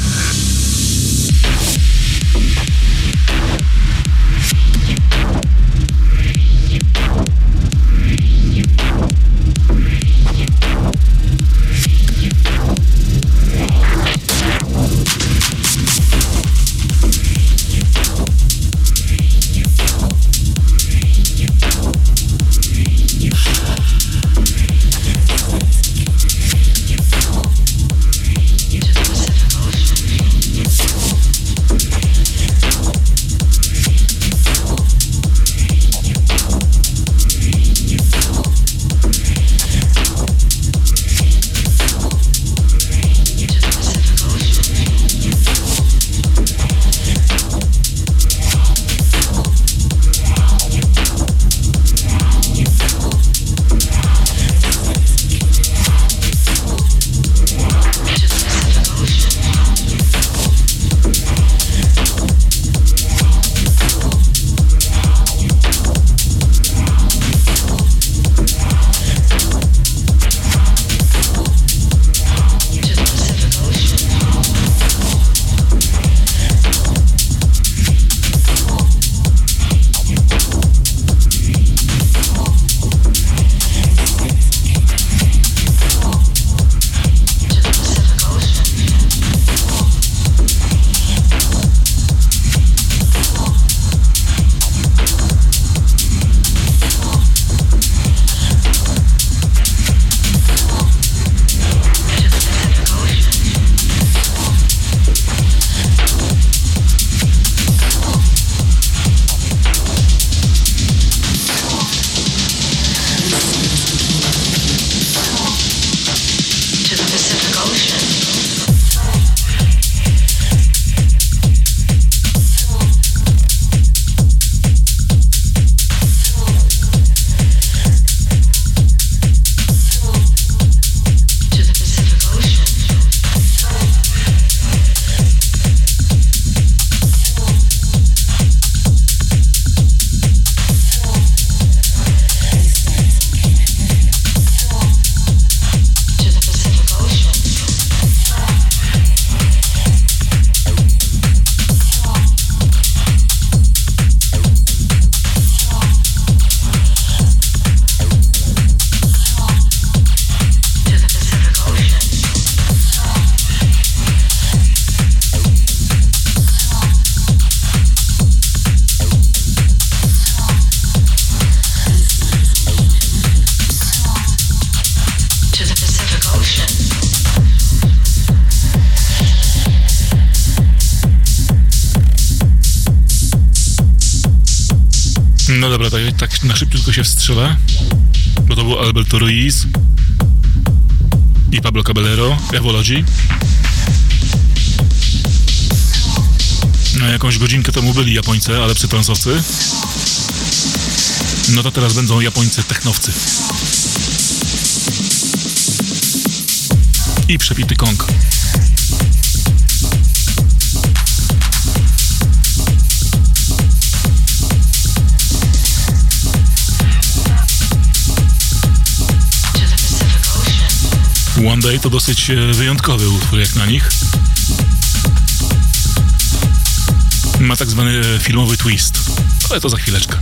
No dobra, tak na szybciutko się wstrzelę, bo to był Alberto Ruiz i Pablo Caballero, Evology. No jakąś godzinkę temu byli Japońcy, ale psytransowcy. No to teraz będą Japońcy technowcy. I przepity kong. One Day to dosyć wyjątkowy utwór jak na nich. Ma tak zwany filmowy twist, ale to za chwileczkę.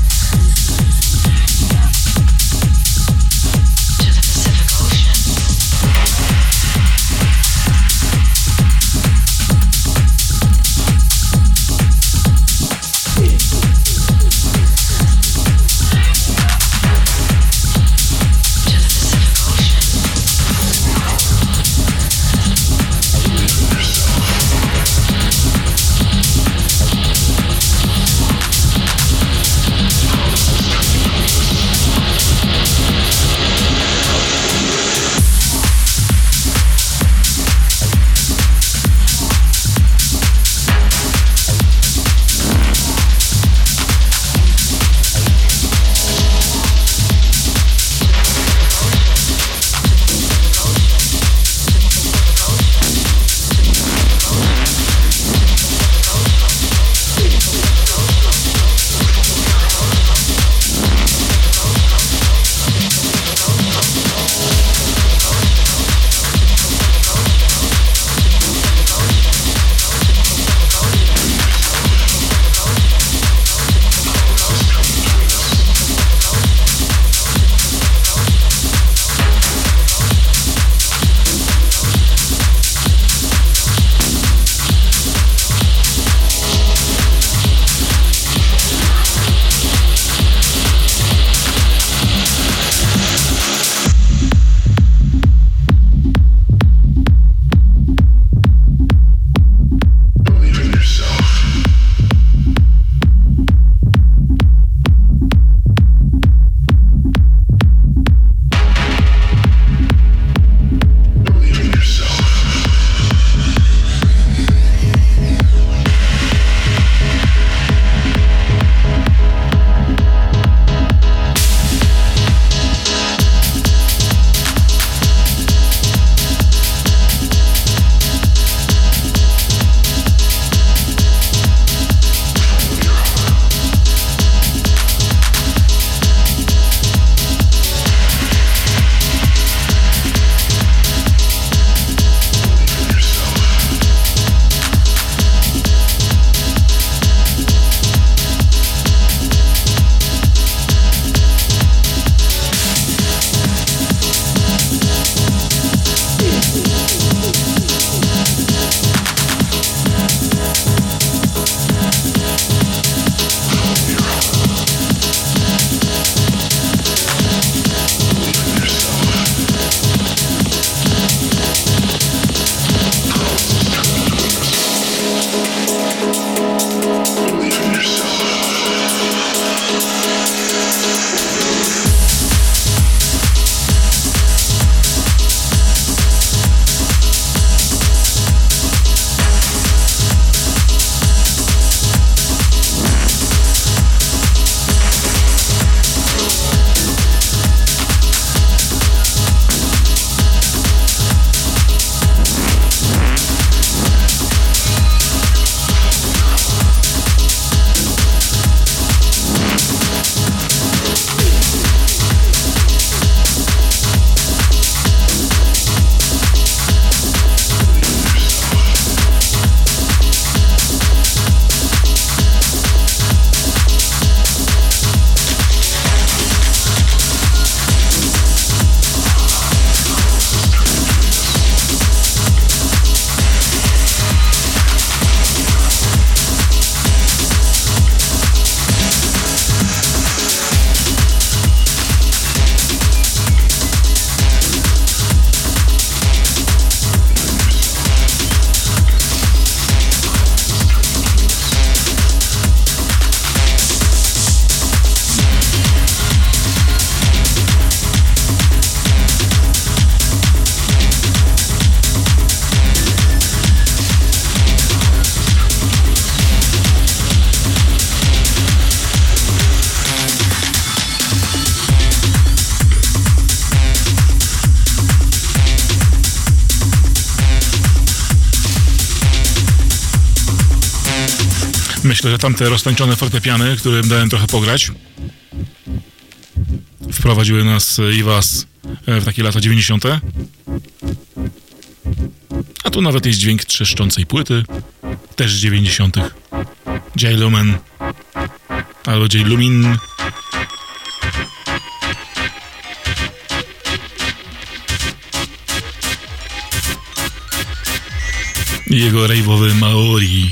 Myślę, że tamte roztańczone fortepiany, którym dałem trochę pograć, wprowadziły nas i was w takie lata 90. A tu nawet jest dźwięk trzeszczącej płyty, też z 90. J-Lumen albo J-Lumin. I jego rejwowy Maori.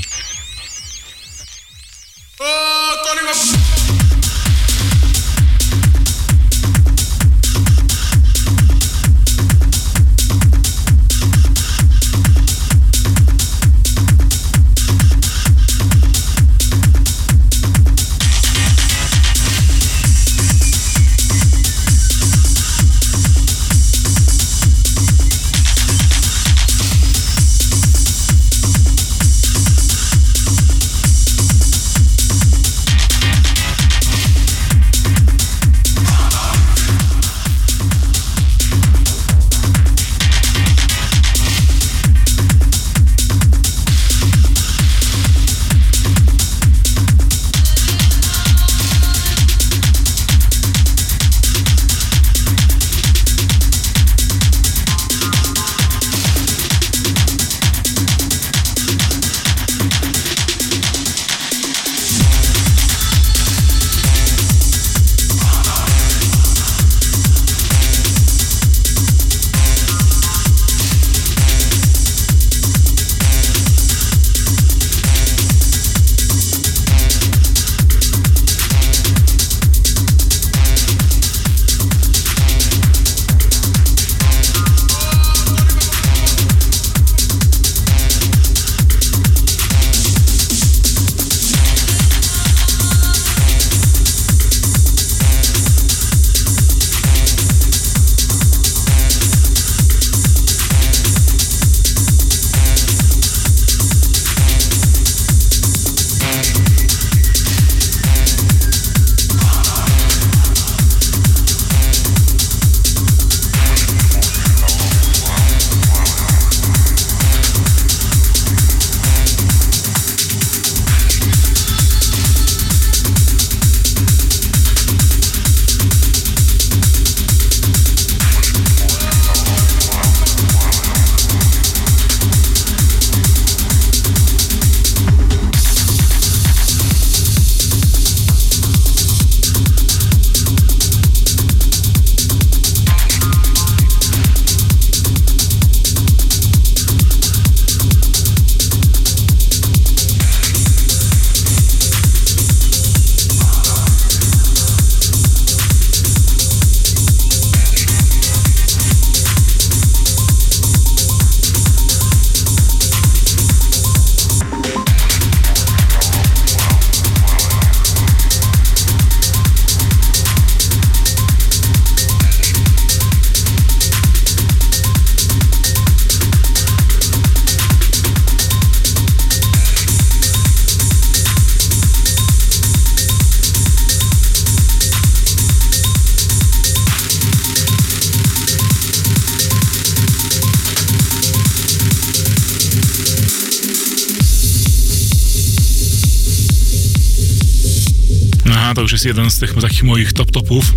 To już jest jeden z tych takich moich topów.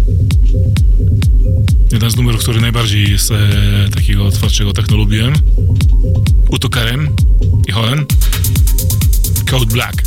Jeden z numerów, który najbardziej z takiego twórczego techno lubiłem. Utokarem i Holen. Code Black.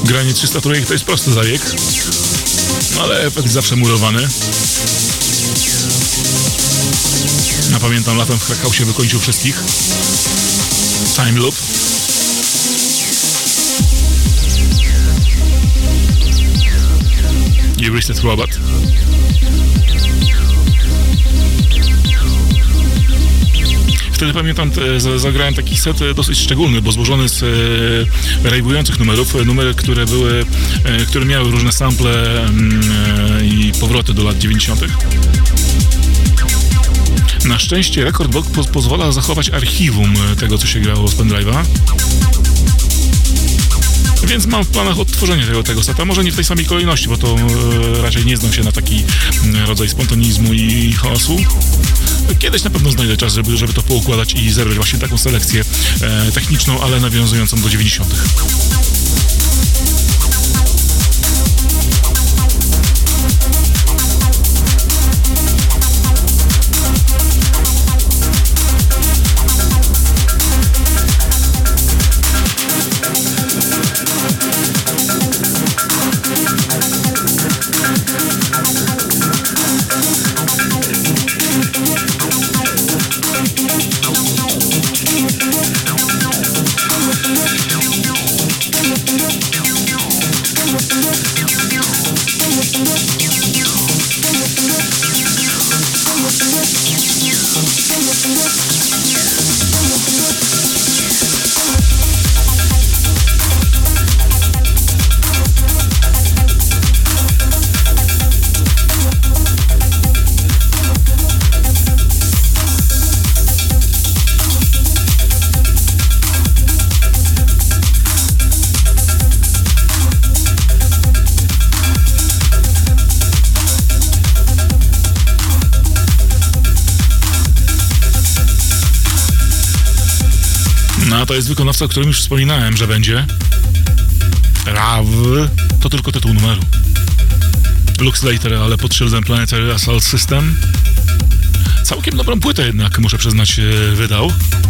Granie 300 trójek to jest prosty zabieg, ale efekt zawsze murowany. Ja pamiętam, latem w Krakausie wykończył wszystkich. Time Loop. I Reset Robot. Wtedy pamiętam, zagrałem taki set dosyć szczególny, bo złożony z rajbujących numerów, numery, które miały różne sample i powroty do lat 90. Na szczęście Rekordbox pozwala zachować archiwum tego, co się grało z pendrive'a. Więc mam w planach odtworzenie tego seta. Może nie w tej samej kolejności, bo to raczej nie znam się na taki rodzaj spontanizmu i chaosu. Kiedyś na pewno znajdę czas, żeby to poukładać i zebrać właśnie taką selekcję techniczną, ale nawiązującą do 90. To jest wykonawca, o którym już wspominałem, że będzie. Rav to tylko tytuł numeru. Lux Later, ale pod szyldem Planetary Assault System. Całkiem dobrą płytę jednak, muszę przyznać, wydał.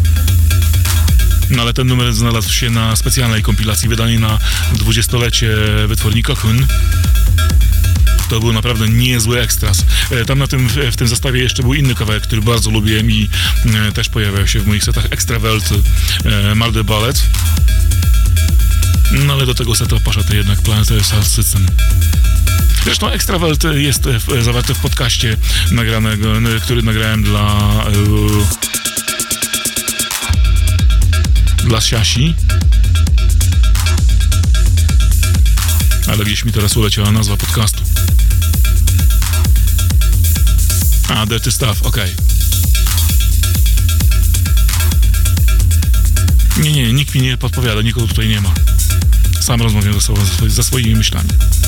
No ale ten numer znalazł się na specjalnej kompilacji wydanej na 20-lecie wytwórni Cocoon. To był naprawdę niezły ekstras. Tam w tym zestawie jeszcze był inny kawałek, który bardzo lubiłem i też pojawiał się w moich setach. Extravelt, Murder Bullet. No ale do tego seta poszedł jednak Planetary Assault System. Zresztą Extravelt jest zawarty w podcaście który nagrałem dla Siasi. Ale gdzieś mi teraz uleciała nazwa podcastu. Dirty Stuff, okej. Nie, nikt mi nie podpowiada, nikogo tutaj nie ma. Sam rozmawiam ze swoimi myślami.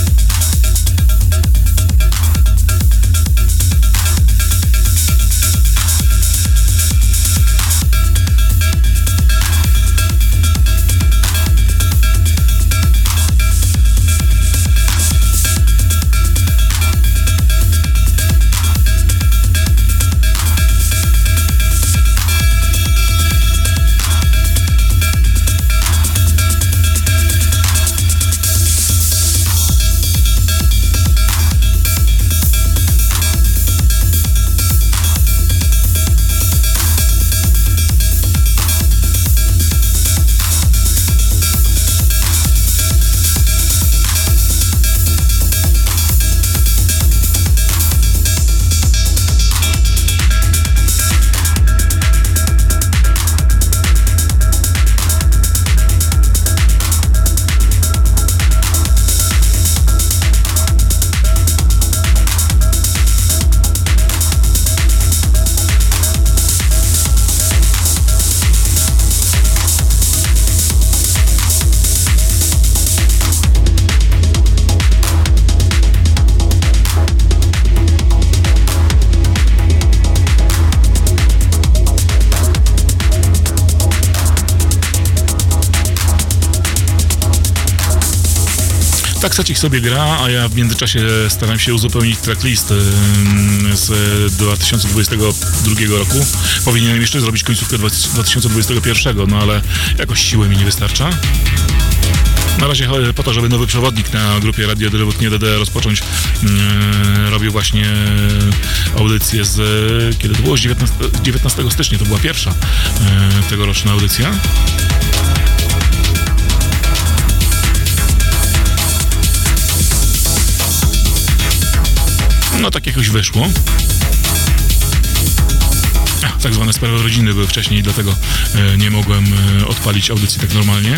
Tak Secik sobie gra, a ja w międzyczasie staram się uzupełnić tracklist z 2022 roku. Powinienem jeszcze zrobić końcówkę 2021, no ale jakoś siły mi nie wystarcza. Na razie po to, żeby nowy przewodnik na grupie Radio Dylewód Nie DD rozpocząć, robił właśnie audycję z, kiedy to było? Z 19 stycznia, to była pierwsza tegoroczna audycja. No tak jakoś wyszło. Tak zwane sprawy rodziny były wcześniej, dlatego nie mogłem odpalić audycji tak normalnie.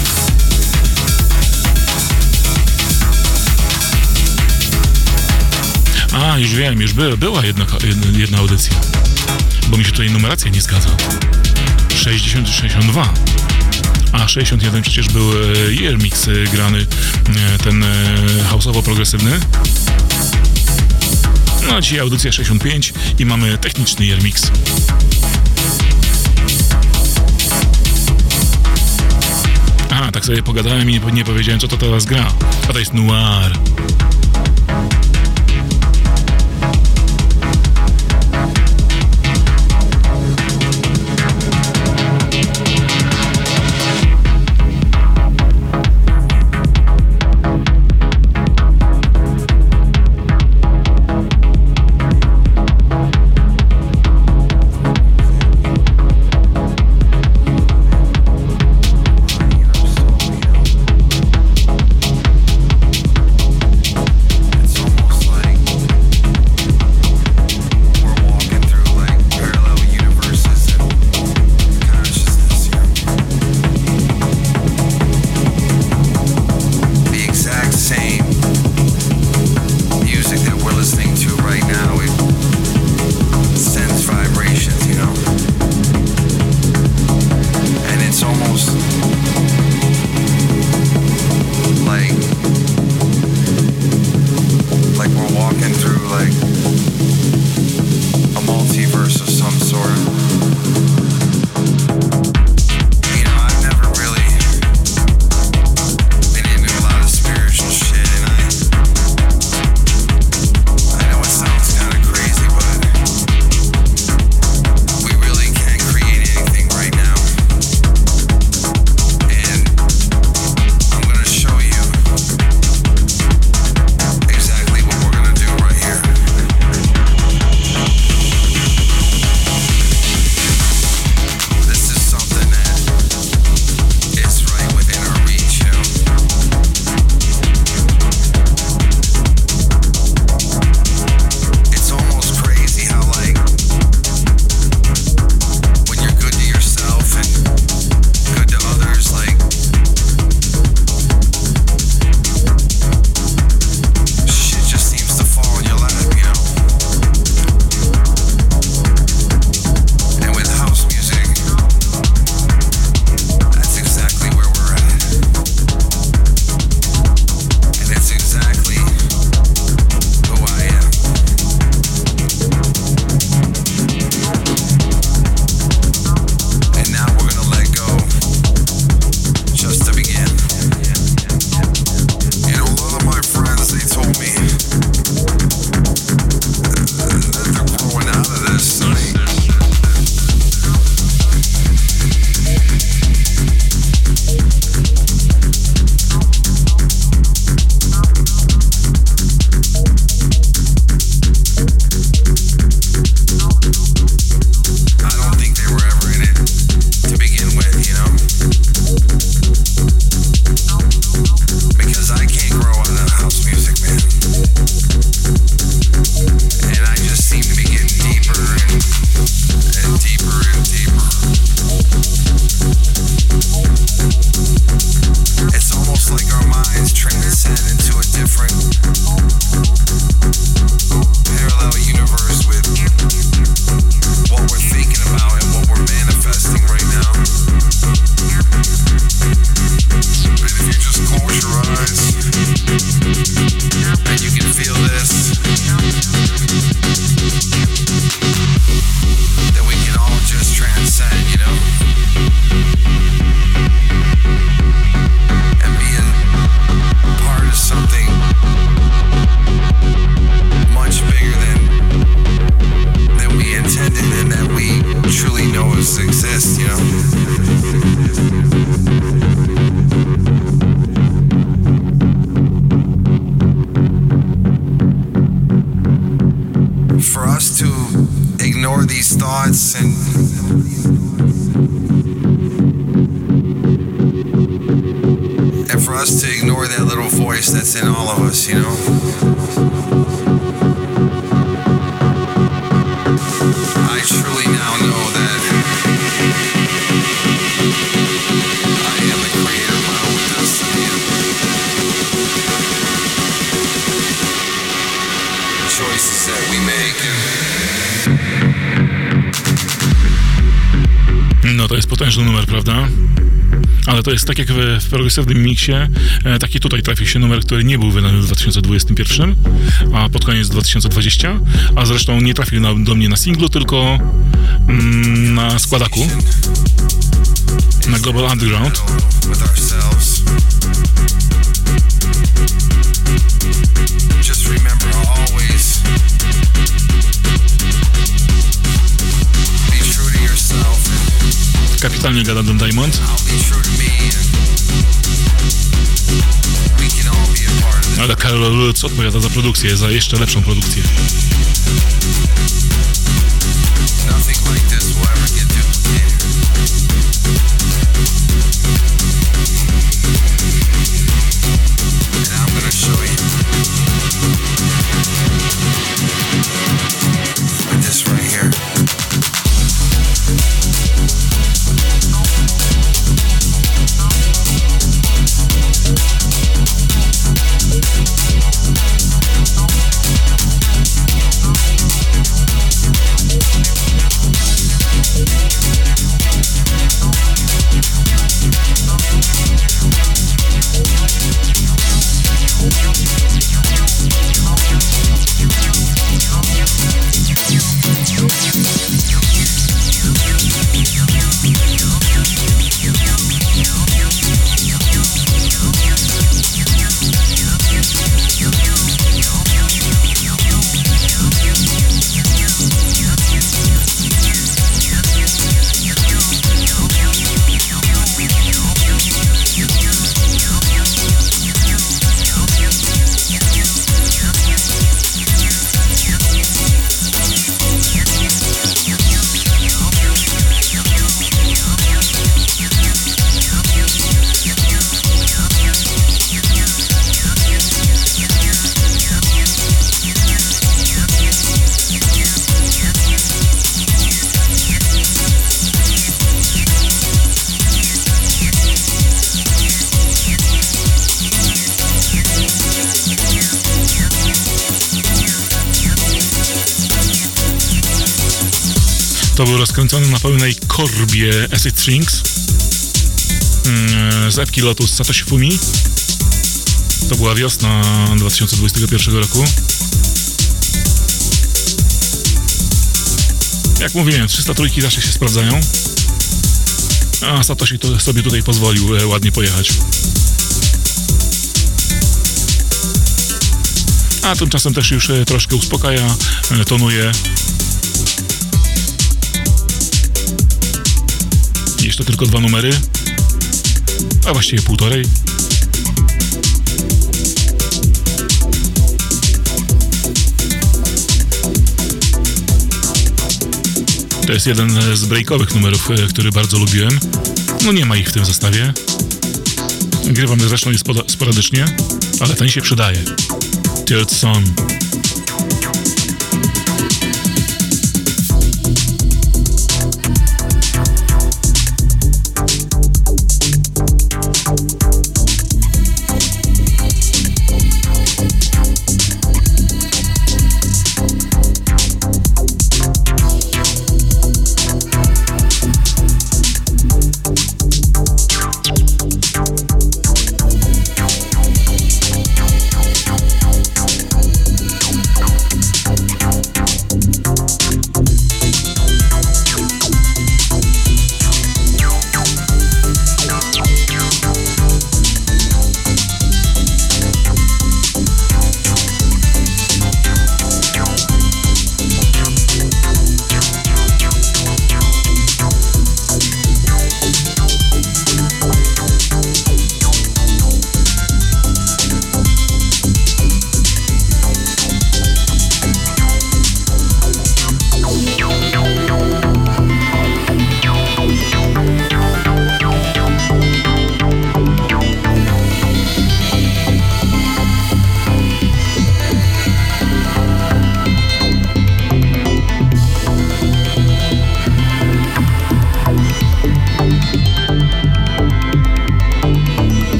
A, już wiem, już była jedna audycja, bo mi się tutaj numeracja nie zgadza. 60 i 62. A 61 przecież był year mix grany, ten house'owo-progresywny. No, dzisiaj audycja 65 i mamy techniczny year mix. Aha, tak sobie pogadałem i nie powiedziałem, co to teraz gra. A to jest Noir. thoughts and for us to ignore that little voice that's in all of us, you know? I truly now know that I am the creator of my own destiny. The choices that we make. No to jest potężny numer, prawda? Ale to jest tak jak w progresywnym miksie, taki tutaj trafił się numer, który nie był wydany w 2021, a pod koniec 2020, a zresztą nie trafił do mnie na singlu, tylko na składaku, na Global Underground. Kapitalnie gada Don Diamond. Ale Karol Lutz odpowiada za produkcję, za jeszcze lepszą produkcję. To był rozkręcony na pełnej korbie Acid Strings z epki Lotus Satoshi Fumi. To była wiosna 2021 roku. Jak mówiłem, 303 zawsze się sprawdzają, a Satoshi to sobie tutaj pozwolił ładnie pojechać. A tymczasem też już troszkę uspokaja, tonuje. Jeszcze tylko 2 numery, a właściwie 1,5. To jest jeden z breakowych numerów, który bardzo lubiłem. No nie ma ich w tym zestawie. Grywam zresztą je sporadycznie, ale ten się przydaje. Tilt Son.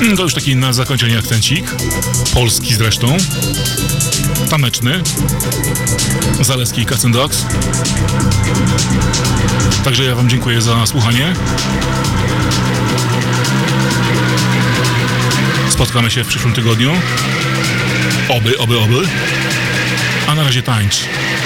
To już taki na zakończenie akcencik. Polski zresztą. Taneczny. Zaleski i Cats and Dogs. Także ja wam dziękuję za słuchanie. Spotkamy się w przyszłym tygodniu. Oby. A na razie tańcz.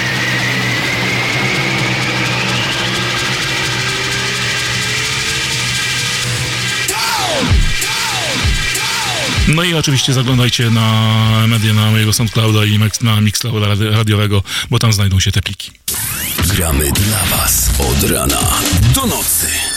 No i oczywiście zaglądajcie na media, na mojego SoundClouda i na Mixclouda radiowego, bo tam znajdą się te pliki. Gramy dla was od rana do nocy.